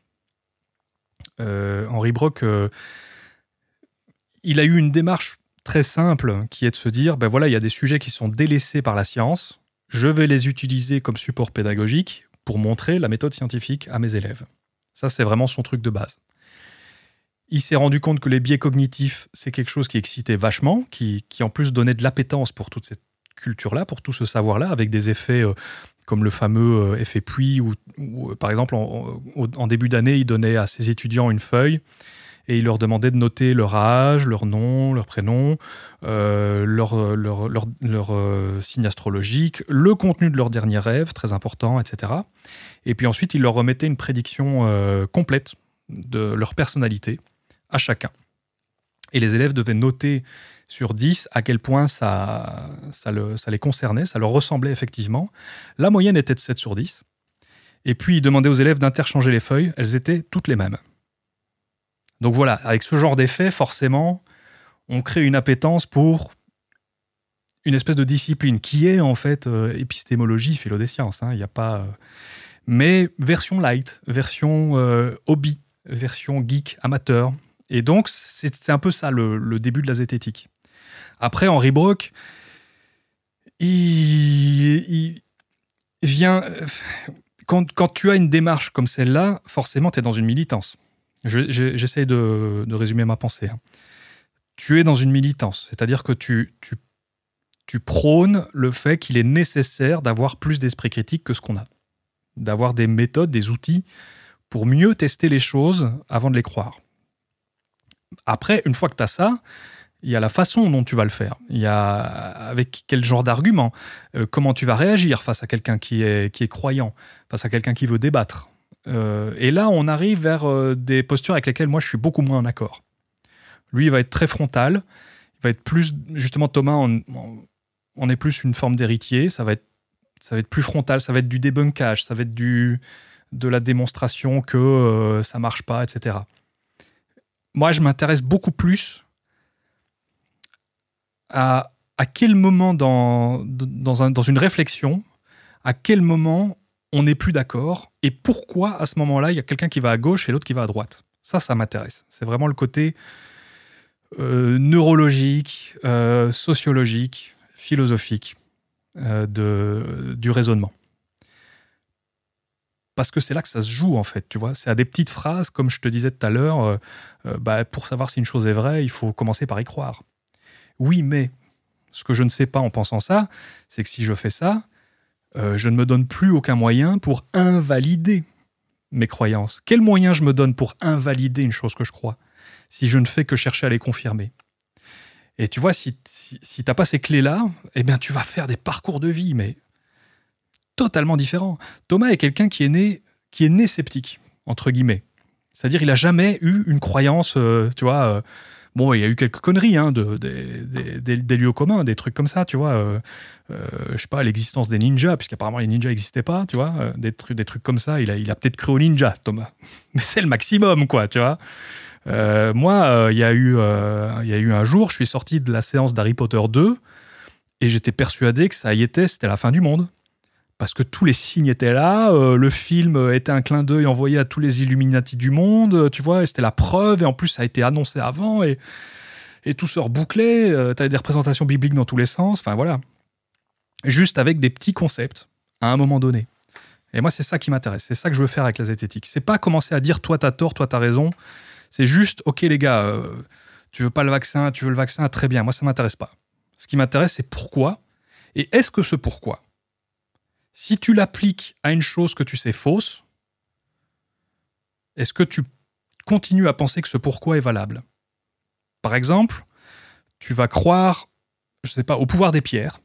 Henri Brock, il a eu une démarche très simple qui est de se dire, ben voilà, il y a des sujets qui sont délaissés par la science, je vais les utiliser comme support pédagogique pour montrer la méthode scientifique à mes élèves. Ça, c'est vraiment son truc de base. Il s'est rendu compte que les biais cognitifs, c'est quelque chose qui excitait vachement, qui en plus donnait de l'appétence pour toute cette culture-là, pour tout ce savoir-là, avec des effets comme le fameux effet puits, où par exemple, en début d'année, il donnait à ses étudiants une feuille, et il leur demandait de noter leur âge, leur nom, leur prénom, leur signe astrologique, le contenu de leur dernier rêve, très important, etc. Et puis ensuite, il leur remettait une prédiction complète de leur personnalité à chacun. Et les élèves devaient noter sur 10 à quel point ça les concernait, ça leur ressemblait effectivement. La moyenne était de 7 sur 10. Et puis, il demandait aux élèves d'interchanger les feuilles, elles étaient toutes les mêmes. Donc voilà, avec ce genre d'effet, forcément, on crée une appétence pour une espèce de discipline qui est en fait épistémologie, philo des sciences. Il y a pas, mais version light, version hobby, version geek, amateur. Et donc, c'est un peu ça le début de la zététique. Après, Henri Brock, il vient... Quand tu as une démarche comme celle-là, forcément, tu es dans une militance. J'essaie de résumer ma pensée. Tu es dans une militance, c'est-à-dire que tu prônes le fait qu'il est nécessaire d'avoir plus d'esprit critique que ce qu'on a, d'avoir des méthodes, des outils pour mieux tester les choses avant de les croire. Après, une fois que tu as ça, il y a la façon dont tu vas le faire. Il y a avec quel genre d'argument, comment tu vas réagir face à quelqu'un qui est croyant, face à quelqu'un qui veut débattre. Et là, on arrive vers des postures avec lesquelles moi, je suis beaucoup moins en accord. Lui, il va être très frontal. Il va être plus, justement, Thomas, on est plus une forme d'héritier. Ça va être plus frontal. Ça va être du débunkage. Ça va être de la démonstration que ça marche pas, etc. Moi, je m'intéresse beaucoup plus à quel moment dans une réflexion, à quel moment on n'est plus d'accord et pourquoi à ce moment-là, il y a quelqu'un qui va à gauche et l'autre qui va à droite. Ça m'intéresse. C'est vraiment le côté neurologique, sociologique, philosophique du raisonnement. Parce que c'est là que ça se joue, en fait, tu vois. C'est à des petites phrases, comme je te disais tout à l'heure, pour savoir si une chose est vraie, il faut commencer par y croire. Oui, mais ce que je ne sais pas en pensant ça, c'est que si je fais ça, je ne me donne plus aucun moyen pour invalider mes croyances. Quel moyen je me donne pour invalider une chose que je crois, si je ne fais que chercher à les confirmer? Et tu vois, si tu n'as pas ces clés-là, eh bien, tu vas faire des parcours de vie, mais totalement différents. Thomas est quelqu'un qui est né sceptique, entre guillemets. C'est-à-dire, il n'a jamais eu une croyance, Bon, il y a eu quelques conneries, hein, des lieux communs, des trucs comme ça, tu vois. Je sais pas, l'existence des ninjas, puisqu'apparemment les ninjas n'existaient pas, tu vois. Des trucs comme ça. Il a peut-être cru aux ninjas, Thomas. Mais c'est le maximum, quoi, tu vois. Moi, il y a eu un jour, je suis sorti de la séance d'Harry Potter 2 et j'étais persuadé que ça y était, c'était la fin du monde. Parce que tous les signes étaient là, le film était un clin d'œil envoyé à tous les Illuminati du monde, tu vois, et c'était la preuve, et en plus ça a été annoncé avant, et tout se rebouclait, t'avais des représentations bibliques dans tous les sens, enfin voilà. Juste avec des petits concepts, à un moment donné. Et moi, c'est ça qui m'intéresse, c'est ça que je veux faire avec la zététique. C'est pas commencer à dire, toi t'as tort, toi t'as raison, c'est juste, ok les gars, tu veux pas le vaccin, tu veux le vaccin, très bien, moi ça m'intéresse pas. Ce qui m'intéresse, c'est pourquoi, et est-ce que ce pourquoi, si tu l'appliques à une chose que tu sais fausse, est-ce que tu continues à penser que ce pourquoi est valable ? Par exemple, tu vas croire, je sais pas, au pouvoir des pierres,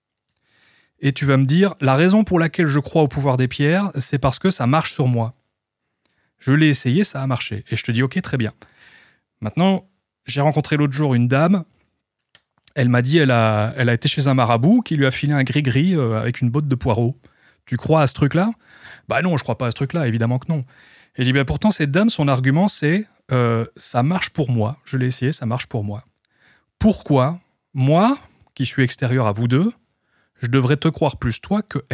et tu vas me dire, la raison pour laquelle je crois au pouvoir des pierres, c'est parce que ça marche sur moi. Je l'ai essayé, ça a marché. Et je te dis, ok, très bien. Maintenant, j'ai rencontré l'autre jour une dame, elle m'a dit, elle a été chez un marabout qui lui a filé un gris-gris avec une botte de poireaux. Tu crois à ce truc-là ? Bah non, je crois pas à ce truc-là, évidemment que non. Et je dis, bah pourtant, cette dame, son argument, c'est ça marche pour moi. Je l'ai essayé, ça marche pour moi. Pourquoi, moi, qui suis extérieur à vous deux, je devrais te croire plus toi que elle ?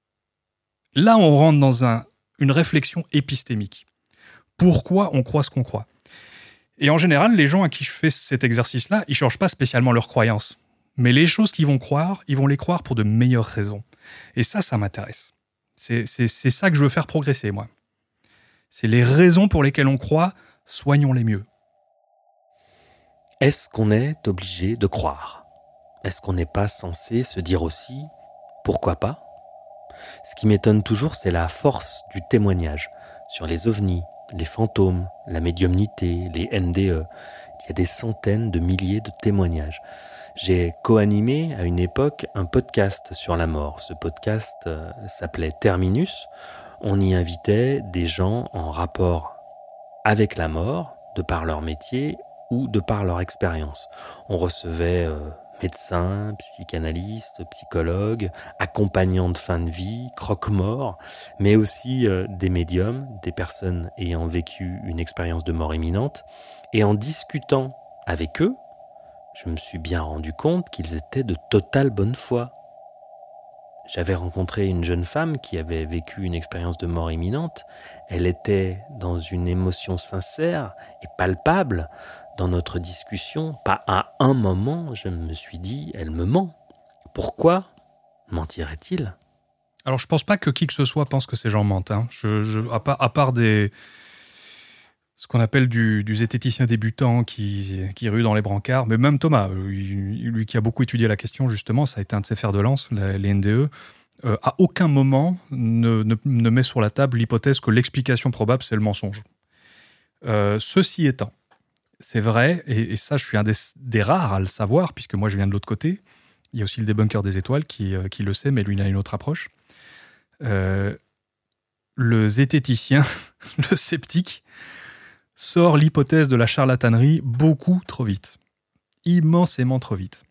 Là, on rentre dans une réflexion épistémique. Pourquoi on croit ce qu'on croit ? Et en général, les gens à qui je fais cet exercice-là, ils ne changent pas spécialement leurs croyances. Mais les choses qu'ils vont croire, ils vont les croire pour de meilleures raisons. Et ça m'intéresse. C'est ça que je veux faire progresser, moi. C'est les raisons pour lesquelles on croit, soignons-les mieux. Est-ce qu'on est obligé de croire ? Est-ce qu'on n'est pas censé se dire aussi « pourquoi pas ?» Ce qui m'étonne toujours, c'est la force du témoignage sur les ovnis, les fantômes, la médiumnité, les NDE. Il y a des centaines de milliers de témoignages. J'ai co-animé à une époque un podcast sur la mort. Ce podcast s'appelait Terminus. On y invitait des gens en rapport avec la mort, de par leur métier ou de par leur expérience. On recevait médecins, psychanalystes, psychologues, accompagnants de fin de vie, croque-morts, mais aussi des médiums, des personnes ayant vécu une expérience de mort imminente. Et en discutant avec eux, je me suis bien rendu compte qu'ils étaient de totale bonne foi. J'avais rencontré une jeune femme qui avait vécu une expérience de mort imminente. Elle était dans une émotion sincère et palpable dans notre discussion. Pas à un moment, je me suis dit, elle me ment. Pourquoi mentirait-il ? Alors, je pense pas que qui que ce soit pense que ces gens mentent. Hein. À part ce qu'on appelle du zététicien débutant qui rue dans les brancards, mais même Thomas, lui qui a beaucoup étudié la question, justement, ça a été un de ses fers de lance, les NDE, à aucun moment ne met sur la table l'hypothèse que l'explication probable, c'est le mensonge. Ceci étant, c'est vrai, et ça, je suis un des rares à le savoir, puisque moi, je viens de l'autre côté. Il y a aussi le débunker des étoiles qui le sait, mais lui, il a une autre approche. Le zététicien, le sceptique, sort l'hypothèse de la charlatanerie beaucoup trop vite. Immensément trop vite.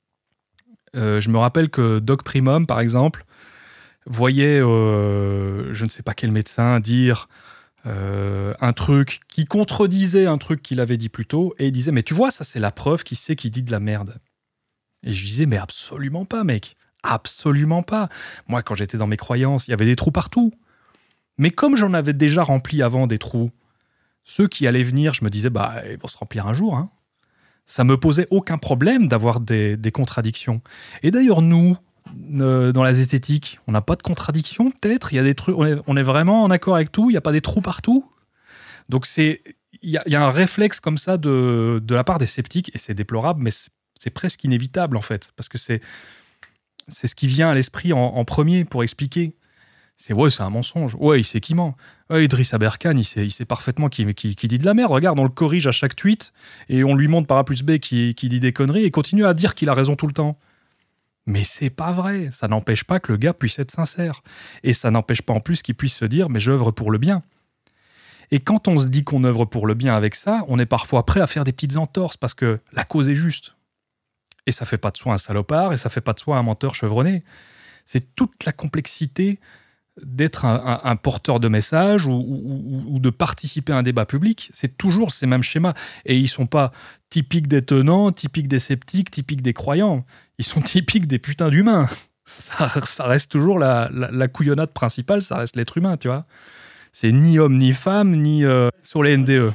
Je me rappelle que Doc Primum, par exemple, voyait, je ne sais pas quel médecin, dire un truc qui contredisait un truc qu'il avait dit plus tôt, et il disait « Mais tu vois, ça c'est la preuve qu'il sait qu'il dit de la merde. » Et je disais « Mais absolument pas, mec. Absolument pas. Moi, quand j'étais dans mes croyances, il y avait des trous partout. Mais comme j'en avais déjà rempli avant des trous, ceux qui allaient venir, je me disais, bah, ils vont se remplir un jour. Hein. Ça me posait aucun problème d'avoir des contradictions. Et d'ailleurs, nous, dans la zététique, on n'a pas de contradictions, peut-être. Il y a des trucs, on est vraiment en accord avec tout. Il n'y a pas des trous partout. Donc, il y a un réflexe comme ça de la part des sceptiques, et c'est déplorable, mais c'est presque inévitable, en fait. Parce que c'est ce qui vient à l'esprit en premier pour expliquer. C'est un mensonge. Ouais, il sait qui ment. Ouais, Idriss Aberkan, il sait parfaitement qui dit de la merde. Regarde, on le corrige à chaque tweet et on lui montre par A plus B qui dit des conneries et continue à dire qu'il a raison tout le temps. Mais c'est pas vrai. Ça n'empêche pas que le gars puisse être sincère. Et ça n'empêche pas en plus qu'il puisse se dire « mais j'œuvre pour le bien ». Et quand on se dit qu'on œuvre pour le bien avec ça, on est parfois prêt à faire des petites entorses parce que la cause est juste. Et ça fait pas de soi un salopard et ça fait pas de soi un menteur chevronné. C'est toute la complexité d'être un porteur de message ou de participer à un débat public. C'est toujours ces mêmes schémas. Et ils sont pas typiques des tenants, typiques des sceptiques, typiques des croyants. Ils sont typiques des putains d'humains. Ça reste toujours la couillonnade principale, ça reste l'être humain, tu vois. C'est ni homme ni femme, ni sur les NDE.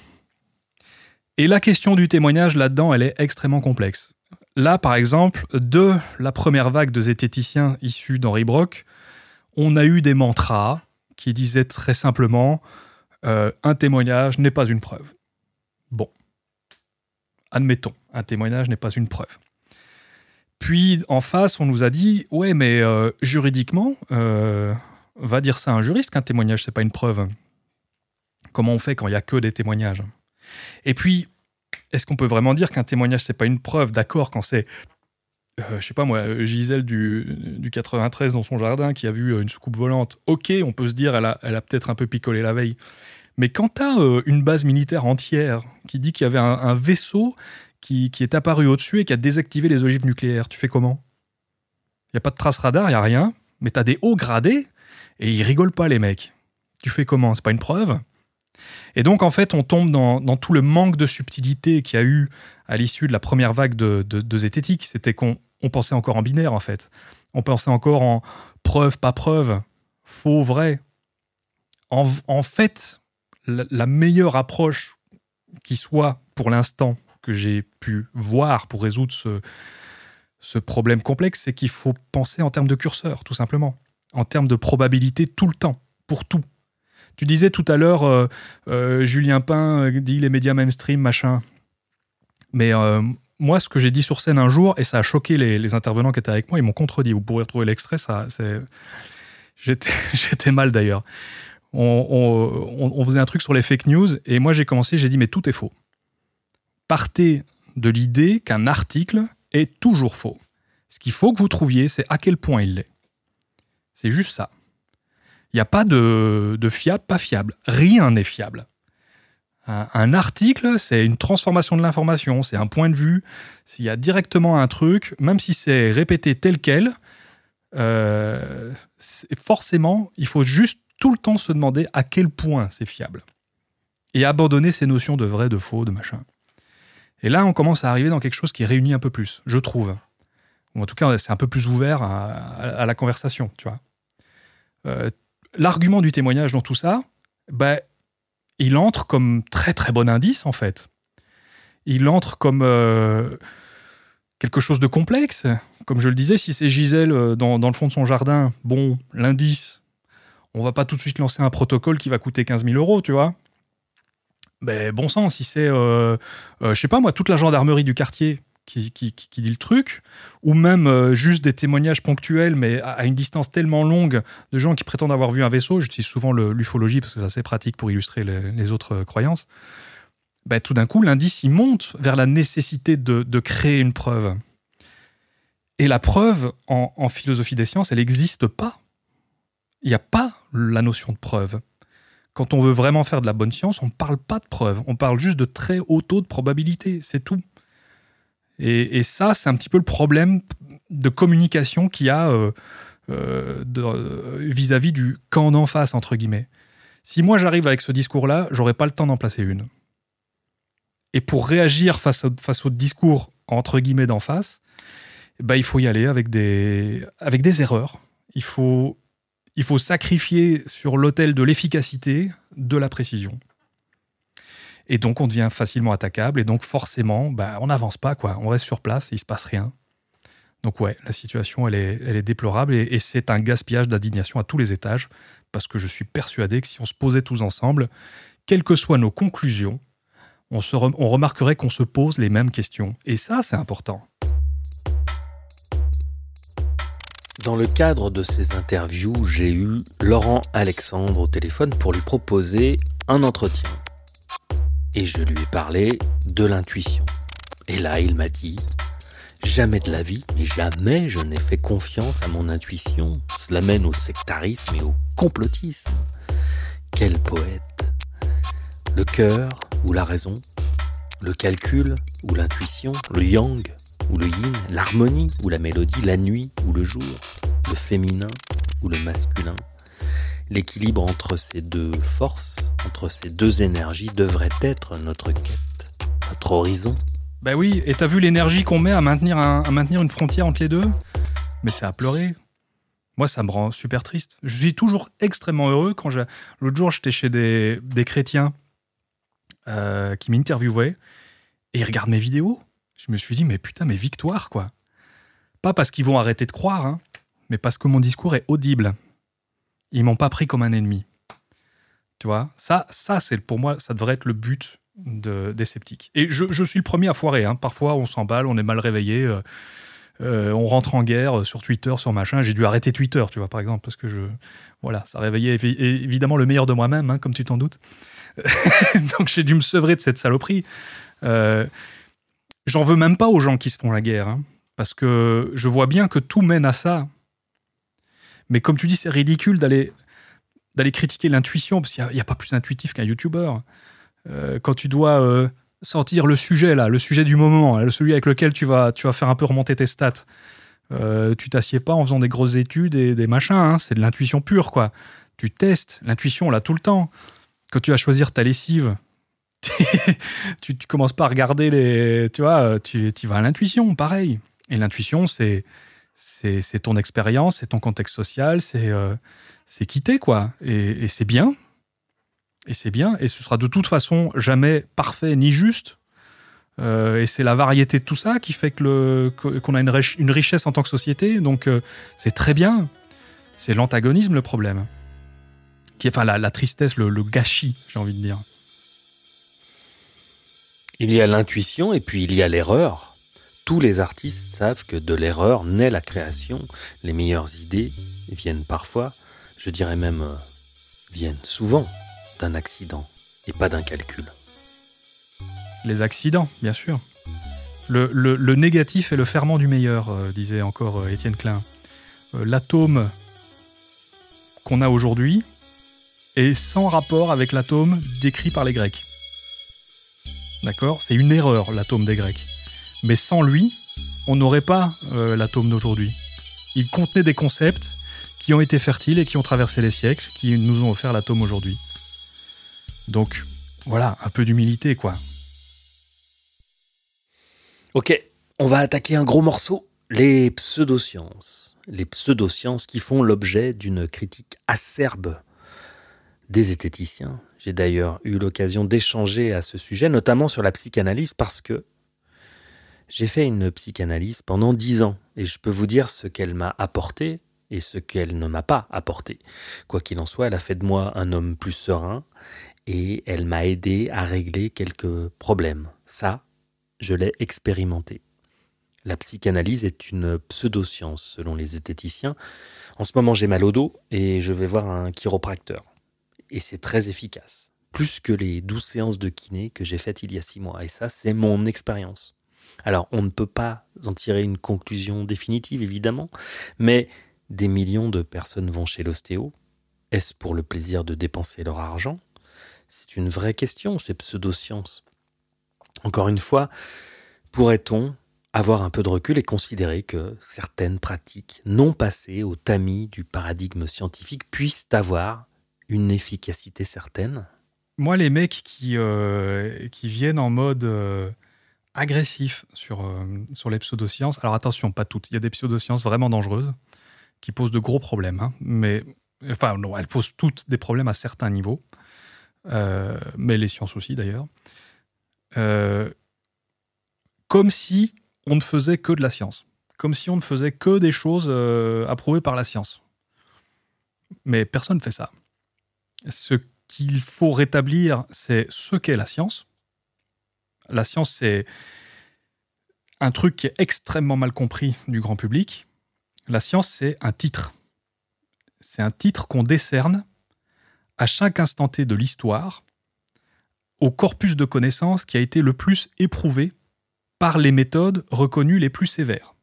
Et la question du témoignage là-dedans, elle est extrêmement complexe. Là, par exemple, de la première vague de zététiciens issus d'Henri Brock, on a eu des mantras qui disaient très simplement un témoignage n'est pas une preuve. Bon, admettons, un témoignage n'est pas une preuve. Puis, en face, on nous a dit « Ouais, mais juridiquement, va dire ça à un juriste qu'un témoignage, c'est pas une preuve. Comment on fait quand il n'y a que des témoignages ?» Et puis, est-ce qu'on peut vraiment dire qu'un témoignage, c'est pas une preuve? D'accord, quand c'est, je sais pas moi, Gisèle du 93 dans son jardin qui a vu une soucoupe volante, ok, on peut se dire elle a peut-être un peu picolé la veille. Mais quand t'as une base militaire entière qui dit qu'il y avait un vaisseau qui est apparu au-dessus et qui a désactivé les ogives nucléaires, tu fais comment? Il n'y a pas de trace radar, il n'y a rien, mais t'as des hauts gradés et ils rigolent pas les mecs. Tu fais comment? C'est pas une preuve? Et donc, en fait, on tombe dans tout le manque de subtilité qu'il y a eu à l'issue de la première vague de zététique. C'était qu'on pensait encore en binaire, en fait. On pensait encore en preuve, pas preuve, faux, vrai. En fait, la meilleure approche qui soit, pour l'instant, que j'ai pu voir pour résoudre ce problème complexe, c'est qu'il faut penser en termes de curseur, tout simplement. En termes de probabilité tout le temps, pour tout. Tu disais tout à l'heure, Julien Pain dit les médias mainstream, machin. Mais moi, ce que j'ai dit sur scène un jour, et ça a choqué les intervenants qui étaient avec moi, ils m'ont contredit. Vous pourrez retrouver l'extrait, j'étais mal d'ailleurs. On faisait un truc sur les fake news, et moi j'ai dit, mais tout est faux. Partez de l'idée qu'un article est toujours faux. Ce qu'il faut que vous trouviez, c'est à quel point il l'est. C'est juste ça. Il n'y a pas de fiable, pas fiable. Rien n'est fiable. Un article, c'est une transformation de l'information, c'est un point de vue. S'il y a directement un truc, même si c'est répété tel quel, forcément, il faut juste tout le temps se demander à quel point c'est fiable. Et abandonner ces notions de vrai, de faux, de machin. Et là, on commence à arriver dans quelque chose qui réunit un peu plus, je trouve. Ou en tout cas, c'est un peu plus ouvert à la conversation, tu vois. L'argument du témoignage dans tout ça, il entre comme très très bon indice en fait. Il entre comme quelque chose de complexe. Comme je le disais, si c'est Gisèle dans le fond de son jardin, bon, l'indice, on va pas tout de suite lancer un protocole qui va coûter 15 000 €, tu vois. Mais bon sang, si c'est, je sais pas moi, toute la gendarmerie du quartier qui dit le truc, ou même juste des témoignages ponctuels, mais à une distance tellement longue de gens qui prétendent avoir vu un vaisseau. J'utilise souvent l'ufologie parce que c'est assez pratique pour illustrer les autres croyances. Tout d'un coup, l'indice, il monte vers la nécessité de créer une preuve. Et la preuve, en philosophie des sciences, elle n'existe pas. Il n'y a pas la notion de preuve. Quand on veut vraiment faire de la bonne science, on ne parle pas de preuve. On parle juste de très haut taux de probabilité, c'est tout. Et ça, c'est un petit peu le problème de communication qu'il y a vis-à-vis du camp d'en face, entre guillemets. Si moi j'arrive avec ce discours-là, j'aurais pas le temps d'en placer une. Et pour réagir face au discours, entre guillemets, d'en face, il faut y aller avec des erreurs. Il faut sacrifier sur l'autel de l'efficacité, de la précision. Et donc, on devient facilement attaquable. Et donc, forcément, on n'avance pas, quoi. On reste sur place et il ne se passe rien. Donc, ouais, la situation, elle est déplorable. Et c'est un gaspillage d'indignation à tous les étages. Parce que je suis persuadé que si on se posait tous ensemble, quelles que soient nos conclusions, on remarquerait qu'on se pose les mêmes questions. Et ça, c'est important. Dans le cadre de ces interviews, j'ai eu Laurent Alexandre au téléphone pour lui proposer un entretien. Et je lui ai parlé de l'intuition. Et là, il m'a dit « Jamais de la vie, mais jamais je n'ai fait confiance à mon intuition. Cela mène au sectarisme et au complotisme. » Quel poète. Le cœur ou la raison, le calcul ou l'intuition, le yang ou le yin, l'harmonie ou la mélodie, la nuit ou le jour, le féminin ou le masculin. L'équilibre entre ces deux forces, entre ces deux énergies devrait être notre quête, notre horizon. Ben oui, et t'as vu l'énergie qu'on met à maintenir une frontière entre les deux ? Mais c'est à pleurer. Moi, ça me rend super triste. Je suis toujours extrêmement heureux quand l'autre jour, j'étais chez des chrétiens qui m'interviewaient et ils regardent mes vidéos. Je me suis dit, mais putain, mes victoires, quoi. Pas parce qu'ils vont arrêter de croire, hein, mais parce que mon discours est audible. Ils m'ont pas pris comme un ennemi. Tu vois, ça c'est pour moi, ça devrait être le but des sceptiques. Et je suis le premier à foirer. Hein. Parfois, on s'emballe, on est mal réveillé, on rentre en guerre sur Twitter, sur machin. J'ai dû arrêter Twitter, tu vois, par exemple, parce que ça réveillait évidemment le meilleur de moi-même, hein, comme tu t'en doutes. Donc, j'ai dû me sevrer de cette saloperie. J'en veux même pas aux gens qui se font la guerre, hein, parce que je vois bien que tout mène à ça. Mais comme tu dis, c'est ridicule d'aller critiquer l'intuition, parce qu'il n'y a pas plus intuitif qu'un youtubeur. Quand tu dois sortir le sujet du moment, là, celui avec lequel tu vas faire un peu remonter tes stats, tu t'assieds pas en faisant des grosses études et des machins, hein, c'est de l'intuition pure, quoi. Tu testes, l'intuition, on l'a tout le temps. Quand tu vas choisir ta lessive, tu commences pas à regarder tu vas à l'intuition, pareil. Et l'intuition, c'est ton expérience, c'est ton contexte social, c'est quitter, quoi. Et c'est bien. Et c'est bien. Et ce sera de toute façon jamais parfait ni juste. Et c'est la variété de tout ça qui fait qu'on a une richesse en tant que société. Donc, c'est très bien. C'est l'antagonisme, le problème. Enfin, la tristesse, le gâchis, j'ai envie de dire. Il y a l'intuition et puis il y a l'erreur. Tous les artistes savent que de l'erreur naît la création. Les meilleures idées viennent parfois, je dirais même, viennent souvent d'un accident et pas d'un calcul. Les accidents, bien sûr. Le négatif est le ferment du meilleur, disait encore Étienne Klein. L'atome qu'on a aujourd'hui est sans rapport avec l'atome décrit par les Grecs. D'accord ? C'est une erreur, l'atome des Grecs. Mais sans lui, on n'aurait pas l'atome d'aujourd'hui. Il contenait des concepts qui ont été fertiles et qui ont traversé les siècles, qui nous ont offert l'atome aujourd'hui. Donc, voilà, un peu d'humilité, quoi. Ok, on va attaquer un gros morceau. Les pseudosciences. Les pseudosciences qui font l'objet d'une critique acerbe des zététiciens. J'ai d'ailleurs eu l'occasion d'échanger à ce sujet, notamment sur la psychanalyse, parce que j'ai fait une psychanalyse pendant 10 ans et je peux vous dire ce qu'elle m'a apporté et ce qu'elle ne m'a pas apporté. Quoi qu'il en soit, elle a fait de moi un homme plus serein et elle m'a aidé à régler quelques problèmes. Ça, je l'ai expérimenté. La psychanalyse est une pseudoscience selon les zététiciens. En ce moment, j'ai mal au dos et je vais voir un chiropracteur. Et c'est très efficace. Plus que les 12 séances de kiné que j'ai faites il y a 6 mois. Et ça, c'est mon expérience. Alors, on ne peut pas en tirer une conclusion définitive, évidemment, mais des millions de personnes vont chez l'ostéo. Est-ce pour le plaisir de dépenser leur argent ? C'est une vraie question, ces pseudosciences. Encore une fois, pourrait-on avoir un peu de recul et considérer que certaines pratiques non passées au tamis du paradigme scientifique puissent avoir une efficacité certaine ? Moi, les mecs qui viennent en mode agressif sur les pseudosciences, alors attention, pas toutes, il y a des pseudosciences vraiment dangereuses qui posent de gros problèmes, hein, mais enfin, non, elles posent toutes des problèmes à certains niveaux, mais les sciences aussi d'ailleurs. Comme si on ne faisait que de la science, comme si on ne faisait que des choses approuvées par la science. Mais personne ne fait ça. Ce qu'il faut rétablir, c'est ce qu'est la science. La science, c'est un truc qui est extrêmement mal compris du grand public. La science, c'est un titre. C'est un titre qu'on décerne à chaque instant T de l'histoire au corpus de connaissances qui a été le plus éprouvé par les méthodes reconnues les plus sévères.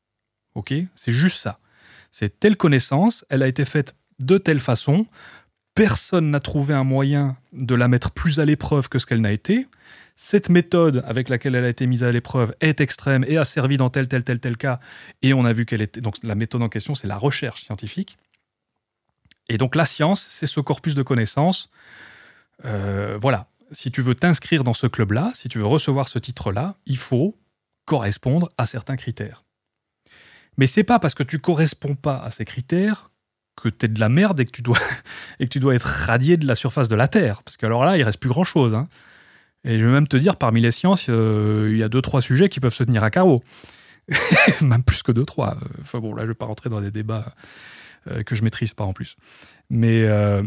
Ok ? C'est juste ça. C'est telle connaissance, elle a été faite de telle façon, personne n'a trouvé un moyen de la mettre plus à l'épreuve que ce qu'elle n'a été. Cette méthode avec laquelle elle a été mise à l'épreuve est extrême et a servi dans tel cas. Et on a vu qu'elle était... Donc la méthode en question, c'est la recherche scientifique. Et donc la science, c'est ce corpus de connaissances. Voilà. Si tu veux t'inscrire dans ce club-là, si tu veux recevoir ce titre-là, il faut correspondre à certains critères. Mais c'est pas parce que tu corresponds pas à ces critères que t'es de la merde et que tu dois être radié de la surface de la Terre. Parce que alors là, il reste plus grand-chose. Hein. Et je vais même te dire, parmi les sciences, il y a 2-3 sujets qui peuvent se tenir à carreau. Même plus que 2-3. Enfin bon, là, je vais pas rentrer dans des débats que je maîtrise pas en plus. Mais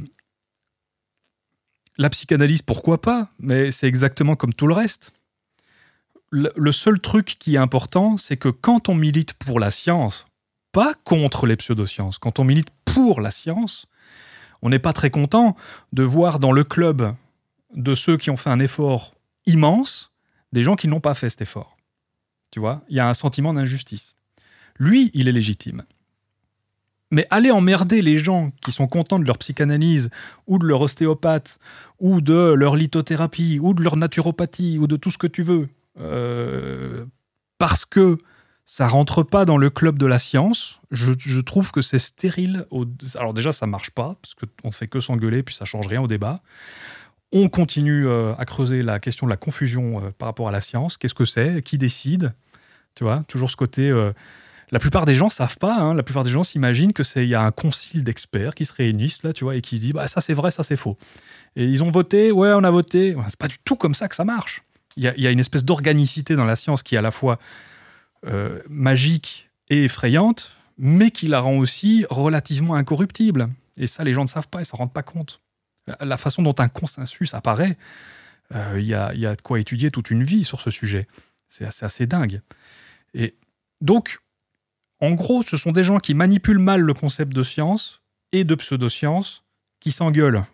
la psychanalyse, pourquoi pas ? Mais c'est exactement comme tout le reste. Le seul truc qui est important, c'est que quand on milite pour la science, pas contre les pseudosciences, quand on milite pour la science, on n'est pas très content de voir dans le club de ceux qui ont fait un effort immense, des gens qui n'ont pas fait cet effort. Tu vois, il y a un sentiment d'injustice. Lui, il est légitime. Mais aller emmerder les gens qui sont contents de leur psychanalyse, ou de leur ostéopathe, ou de leur lithothérapie, ou de leur naturopathie, ou de tout ce que tu veux, parce que ça rentre pas dans le club de la science, je trouve que c'est stérile. Alors déjà, ça marche pas, parce qu'on ne fait que s'engueuler, puis ça change rien au débat. On continue à creuser la question de la confusion par rapport à la science. Qu'est-ce que c'est ? Qui décide ? Tu vois, toujours ce côté... La plupart des gens savent pas. Hein, la plupart des gens s'imaginent qu'il y a un concile d'experts qui se réunissent là, tu vois, et qui se disent ça c'est vrai, ça c'est faux. Et ils ont voté, ouais, on a voté. C'est pas du tout comme ça que ça marche. Il y a une espèce d'organicité dans la science qui est à la fois magique et effrayante, mais qui la rend aussi relativement incorruptible. Et ça, les gens ne savent pas, ils s'en rendent pas compte. La façon dont un consensus apparaît, il y a de quoi étudier toute une vie sur ce sujet. C'est assez dingue. Et donc, en gros, ce sont des gens qui manipulent mal le concept de science et de pseudoscience qui s'engueulent.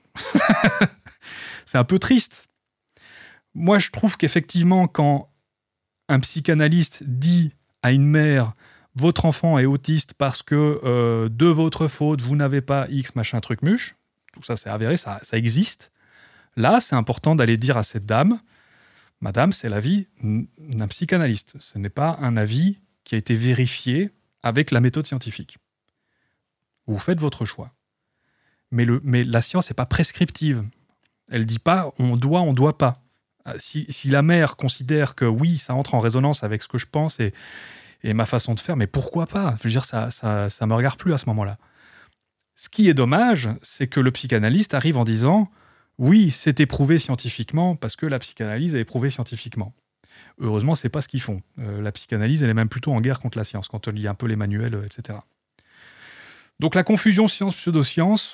C'est un peu triste. Moi, je trouve qu'effectivement, quand un psychanalyste dit à une mère « Votre enfant est autiste parce que de votre faute, vous n'avez pas X, machin, truc, muche », tout ça, c'est avéré, ça existe. Là, c'est important d'aller dire à cette dame « Madame, c'est l'avis d'un psychanalyste. Ce n'est pas un avis qui a été vérifié avec la méthode scientifique. Vous faites votre choix. » Mais la science n'est pas prescriptive. Elle ne dit pas « on doit pas ». Si la mère considère que oui, ça entre en résonance avec ce que je pense et ma façon de faire, mais pourquoi pas ? Je veux dire, ça me regarde plus à ce moment-là. Ce qui est dommage, c'est que le psychanalyste arrive en disant « oui, c'est éprouvé scientifiquement parce que la psychanalyse est éprouvée scientifiquement ». Heureusement, c'est pas ce qu'ils font. La psychanalyse, elle est même plutôt en guerre contre la science, quand on lit un peu les manuels, etc. Donc la confusion science-pseudoscience,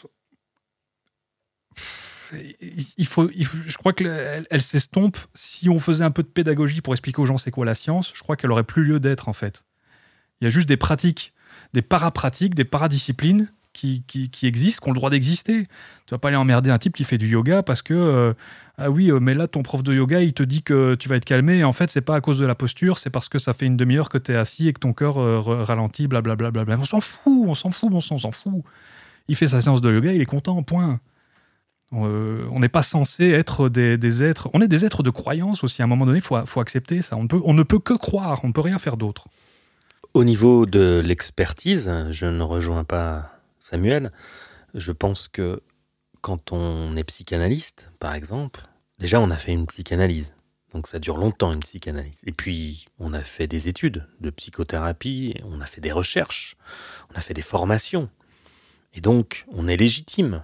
je crois qu'elle s'estompe si on faisait un peu de pédagogie pour expliquer aux gens c'est quoi la science. Je crois qu'elle aurait plus lieu d'être, en fait. Il y a juste des pratiques, des parapratiques, des paradisciplines qui existent, qui ont le droit d'exister. Tu vas pas aller emmerder un type qui fait du yoga parce que ah oui, mais là ton prof de yoga il te dit que tu vas être calmé et en fait c'est pas à cause de la posture, c'est parce que ça fait une demi-heure que tu es assis et que ton cœur ralentit, blablabla. On s'en fout, bon sang, on s'en fout. Il fait sa séance de yoga, il est content, point. On n'est pas censé être des êtres... On est des êtres de croyance aussi. À un moment donné, il faut accepter ça. On ne peut que croire, on ne peut rien faire d'autre. Au niveau de l'expertise, je ne rejoins pas Samuel. Je pense que quand on est psychanalyste, par exemple, déjà on a fait une psychanalyse. Donc ça dure longtemps une psychanalyse. Et puis on a fait des études de psychothérapie, on a fait des recherches, on a fait des formations. Et donc on est légitime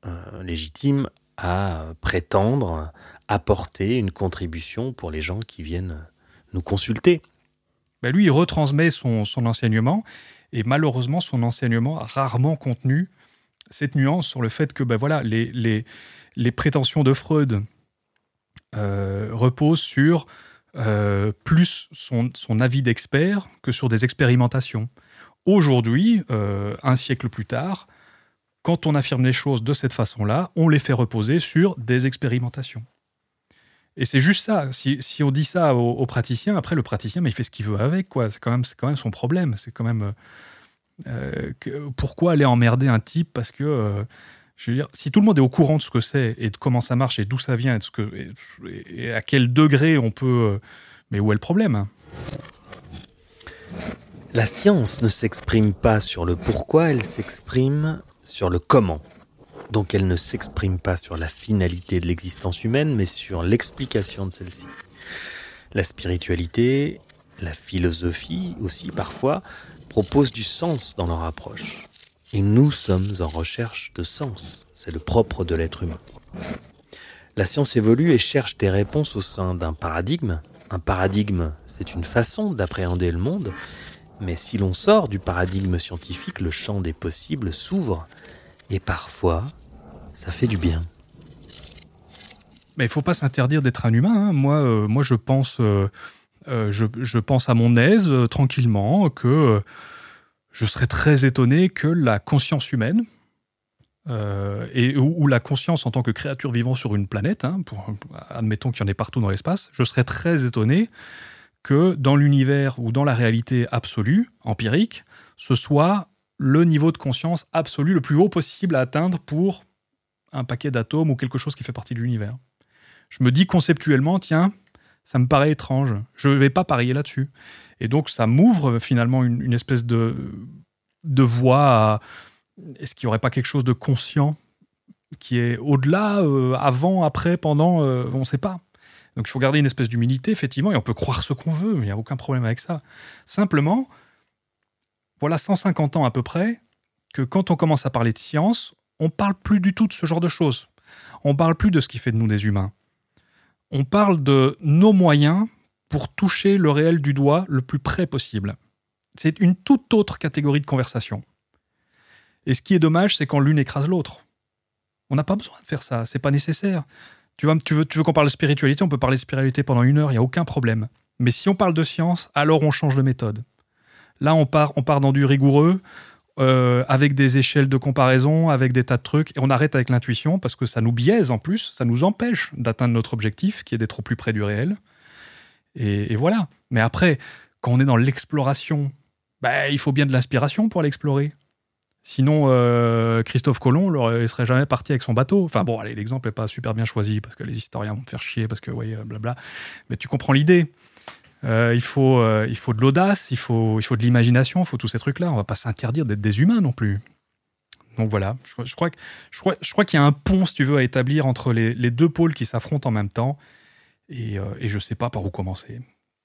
à prétendre apporter une contribution pour les gens qui viennent nous consulter. Ben lui, il retransmet son enseignement, et malheureusement, son enseignement a rarement contenu cette nuance sur le fait que les prétentions de Freud reposent sur plus son avis d'expert que sur des expérimentations. Aujourd'hui, un siècle plus tard, quand on affirme les choses de cette façon-là, on les fait reposer sur des expérimentations. Et c'est juste ça. Si on dit ça au praticien, après le praticien, mais il fait ce qu'il veut avec, quoi. C'est quand même son problème. C'est quand même pourquoi aller emmerder un type parce que Je veux dire, si tout le monde est au courant de ce que c'est et de comment ça marche et d'où ça vient et à quel degré on peut... mais où est le problème ? La science ne s'exprime pas sur le pourquoi, elle s'exprime sur le comment. Donc elle ne s'exprime pas sur la finalité de l'existence humaine, mais sur l'explication de celle-ci. La spiritualité, la philosophie aussi parfois, proposent du sens dans leur approche. Et nous sommes en recherche de sens. C'est le propre de l'être humain. La science évolue et cherche des réponses au sein d'un paradigme. Un paradigme, c'est une façon d'appréhender le monde. Mais si l'on sort du paradigme scientifique, le champ des possibles s'ouvre. Et parfois, ça fait du bien. Mais il ne faut pas s'interdire d'être un humain. Hein. Moi, je pense à mon aise, tranquillement, que je serais très étonné que la conscience humaine, ou la conscience en tant que créature vivant sur une planète, hein, admettons qu'il y en ait partout dans l'espace, je serais très étonné que dans l'univers ou dans la réalité absolue, empirique, ce soit le niveau de conscience absolu le plus haut possible à atteindre pour un paquet d'atomes ou quelque chose qui fait partie de l'univers. Je me dis conceptuellement, tiens, ça me paraît étrange, je ne vais pas parier là-dessus. Et donc ça m'ouvre finalement une espèce de voie à... Est-ce qu'il n'y aurait pas quelque chose de conscient qui est au-delà, avant, après, pendant, on ne sait pas. Donc il faut garder une espèce d'humilité, effectivement, et on peut croire ce qu'on veut, mais il n'y a aucun problème avec ça. Simplement, voilà 150 ans à peu près, que quand on commence à parler de science, on ne parle plus du tout de ce genre de choses. On ne parle plus de ce qui fait de nous des humains. On parle de nos moyens pour toucher le réel du doigt le plus près possible. C'est une toute autre catégorie de conversation. Et ce qui est dommage, c'est quand l'une écrase l'autre. On n'a pas besoin de faire ça, c'est pas nécessaire. Tu veux qu'on parle de spiritualité, on peut parler de spiritualité pendant 1 heure, il n'y a aucun problème. Mais si on parle de science, alors on change de méthode. Là, on part dans du rigoureux, avec des échelles de comparaison, avec des tas de trucs, et on arrête avec l'intuition, parce que ça nous biaise en plus, ça nous empêche d'atteindre notre objectif, qui est d'être au plus près du réel. Et voilà. Mais après, quand on est dans l'exploration, il faut bien de l'inspiration pour l'explorer. Sinon, Christophe Colomb, il serait jamais parti avec son bateau. Enfin bon, allez, l'exemple n'est pas super bien choisi, parce que les historiens vont me faire chier, parce que, blabla. Mais tu comprends l'idée. Il faut de l'audace, il faut de l'imagination, il faut tous ces trucs-là. On ne va pas s'interdire d'être des humains non plus. Donc voilà, je crois qu'il y a un pont, si tu veux, à établir entre les deux pôles qui s'affrontent en même temps. Et je ne sais pas par où commencer.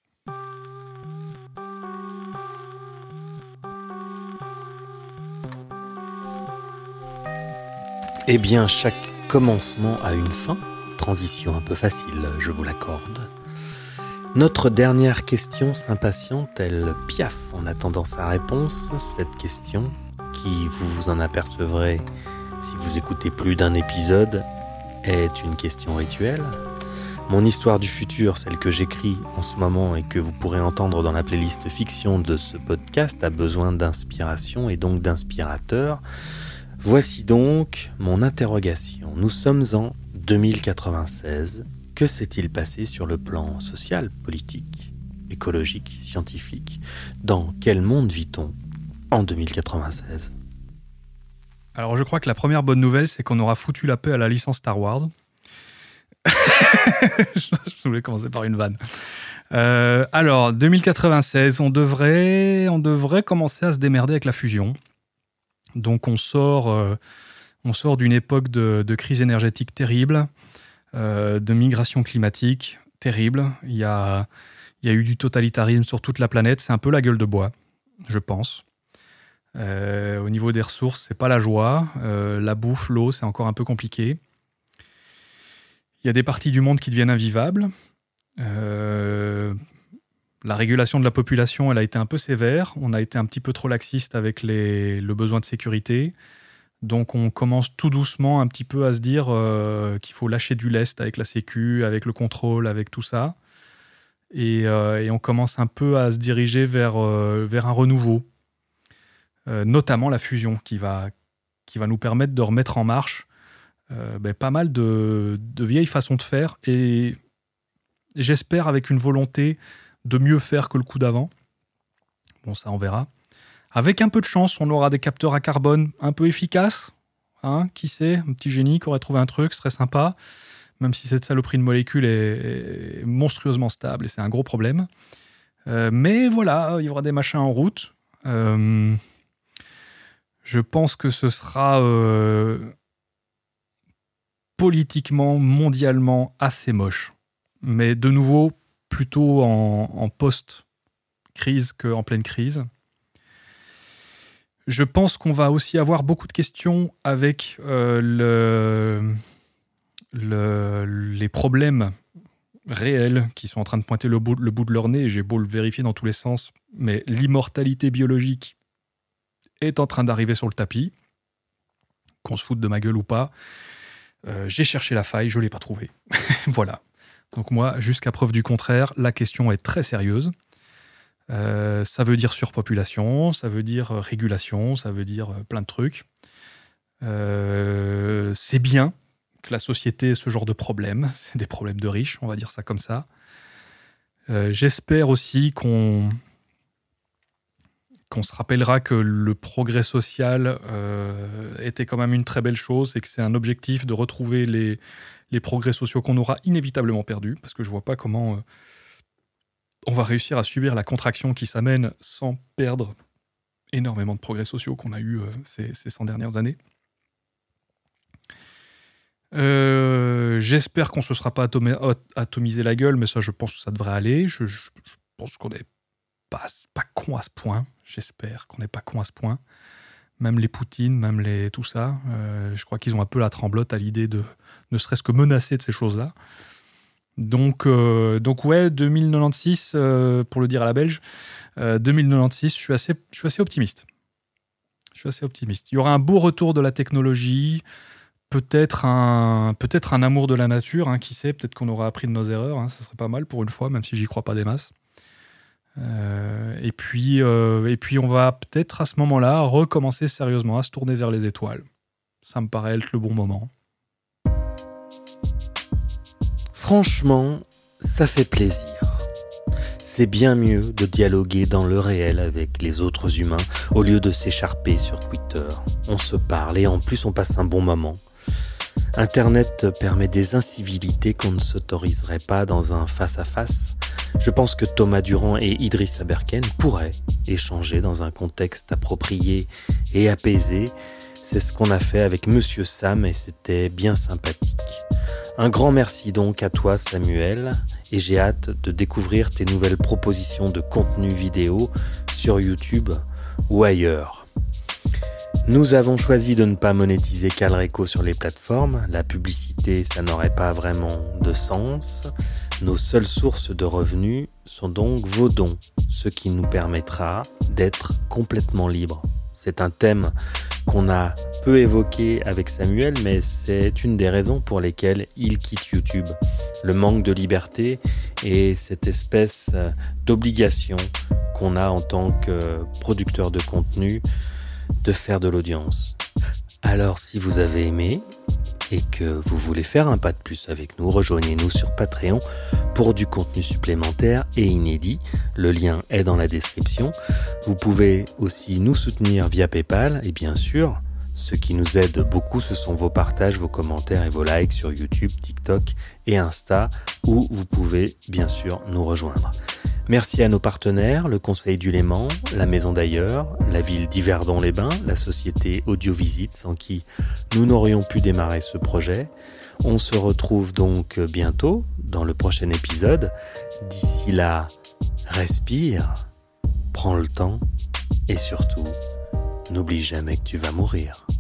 Eh bien, chaque commencement a une fin. Transition un peu facile, je vous l'accorde. Notre dernière question s'impatiente, elle piaffe en attendant sa réponse. Cette question, qui vous en apercevrez si vous écoutez plus d'un épisode, est une question rituelle. Mon histoire du futur, celle que j'écris en ce moment et que vous pourrez entendre dans la playlist fiction de ce podcast, a besoin d'inspiration et donc d'inspirateurs. Voici donc mon interrogation. Nous sommes en 2096. Que s'est-il passé sur le plan social, politique, écologique, scientifique ? Dans quel monde vit-on en 2096 ? Alors je crois que la première bonne nouvelle, c'est qu'on aura foutu la paix à la licence Star Wars. Je voulais commencer par une vanne. Alors, 2096, on devrait commencer à se démerder avec la fusion. Donc on sort d'une époque de crise énergétique terrible, de migration climatique terrible. Il y a eu du totalitarisme sur toute la planète. C'est un peu la gueule de bois, je pense. Au niveau des ressources, c'est pas la joie. La bouffe, l'eau, c'est encore un peu compliqué. Il y a des parties du monde qui deviennent invivables. La régulation de la population, elle a été un peu sévère. On a été un petit peu trop laxiste avec le besoin de sécurité. Donc on commence tout doucement un petit peu à se dire qu'il faut lâcher du lest avec la sécu, avec le contrôle, avec tout ça. Et on commence un peu à se diriger vers un renouveau. Notamment la fusion qui va nous permettre de remettre en marche pas mal de vieilles façons de faire. Et j'espère avec une volonté de mieux faire que le coup d'avant. Bon, ça, on verra. Avec un peu de chance, on aura des capteurs à carbone un peu efficaces, hein, qui sait, un petit génie qui aurait trouvé un truc, ce serait sympa, même si cette saloperie de molécule est monstrueusement stable et c'est un gros problème. Mais voilà, il y aura des machins en route. Je pense que ce sera politiquement, mondialement assez moche. Mais de nouveau, plutôt en post-crise qu'en pleine crise. Je pense qu'on va aussi avoir beaucoup de questions avec les problèmes réels qui sont en train de pointer le bout de leur nez. J'ai beau le vérifier dans tous les sens, mais l'immortalité biologique est en train d'arriver sur le tapis. Qu'on se foute de ma gueule ou pas. J'ai cherché la faille, je ne l'ai pas trouvée. Voilà. Donc moi, jusqu'à preuve du contraire, la question est très sérieuse. Ça veut dire surpopulation, ça veut dire régulation, ça veut dire plein de trucs. C'est bien que la société ait ce genre de problèmes. C'est des problèmes de riches, on va dire ça comme ça. J'espère aussi qu'on se rappellera que le progrès social était quand même une très belle chose et que c'est un objectif de retrouver les progrès sociaux qu'on aura inévitablement perdus, parce que je ne vois pas comment on va réussir à subir la contraction qui s'amène sans perdre énormément de progrès sociaux qu'on a eu ces 100 dernières années. J'espère qu'on ne se sera pas atomisé la gueule, mais ça, je pense que ça devrait aller. Je pense qu'on n'est pas con à ce point. J'espère qu'on n'est pas con à ce point. Même les Poutine, même tout ça. Je crois qu'ils ont un peu la tremblote à l'idée de ne serait-ce que menacer de ces choses-là. Donc ouais, 2096, pour le dire à la belge, 2096, je suis assez optimiste. Je suis assez optimiste. Il y aura un beau retour de la technologie, peut-être un amour de la nature, hein, qui sait, peut-être qu'on aura appris de nos erreurs, hein, ça serait pas mal pour une fois, même si j'y crois pas des masses. Et puis on va peut-être à ce moment-là recommencer sérieusement à se tourner vers les étoiles. Ça me paraît être le bon moment. Franchement, ça fait plaisir. C'est bien mieux de dialoguer dans le réel avec les autres humains au lieu de s'écharper sur Twitter. On se parle et en plus on passe un bon moment. Internet permet des incivilités qu'on ne s'autoriserait pas dans un face-à-face. Je pense que Thomas Durand et Idriss Aberken pourraient échanger dans un contexte approprié et apaisé. C'est ce qu'on a fait avec Monsieur Sam et c'était bien sympathique. Un grand merci donc à toi Samuel et j'ai hâte de découvrir tes nouvelles propositions de contenu vidéo sur YouTube ou ailleurs. Nous avons choisi de ne pas monétiser Calreco sur les plateformes. La publicité, ça n'aurait pas vraiment de sens. Nos seules sources de revenus sont donc vos dons, ce qui nous permettra d'être complètement libres. C'est un thème qu'on a peu évoqué avec Samuel, mais c'est une des raisons pour lesquelles il quitte YouTube. Le manque de liberté et cette espèce d'obligation qu'on a en tant que producteur de contenu de faire de l'audience. Alors si vous avez aimé et que vous voulez faire un pas de plus avec nous, rejoignez-nous sur Patreon pour du contenu supplémentaire et inédit. Le lien est dans la description. Vous pouvez aussi nous soutenir via PayPal et bien sûr, ce qui nous aide beaucoup, ce sont vos partages, vos commentaires et vos likes sur YouTube, TikTok et Insta, où vous pouvez bien sûr nous rejoindre. Merci à nos partenaires, le Conseil du Léman, la Maison d'Ailleurs, la ville d'Yverdon-les-Bains, la société Audiovisite, sans qui nous n'aurions pu démarrer ce projet. On se retrouve donc bientôt dans le prochain épisode. D'ici là, respire, prends le temps et surtout, n'oublie jamais que tu vas mourir.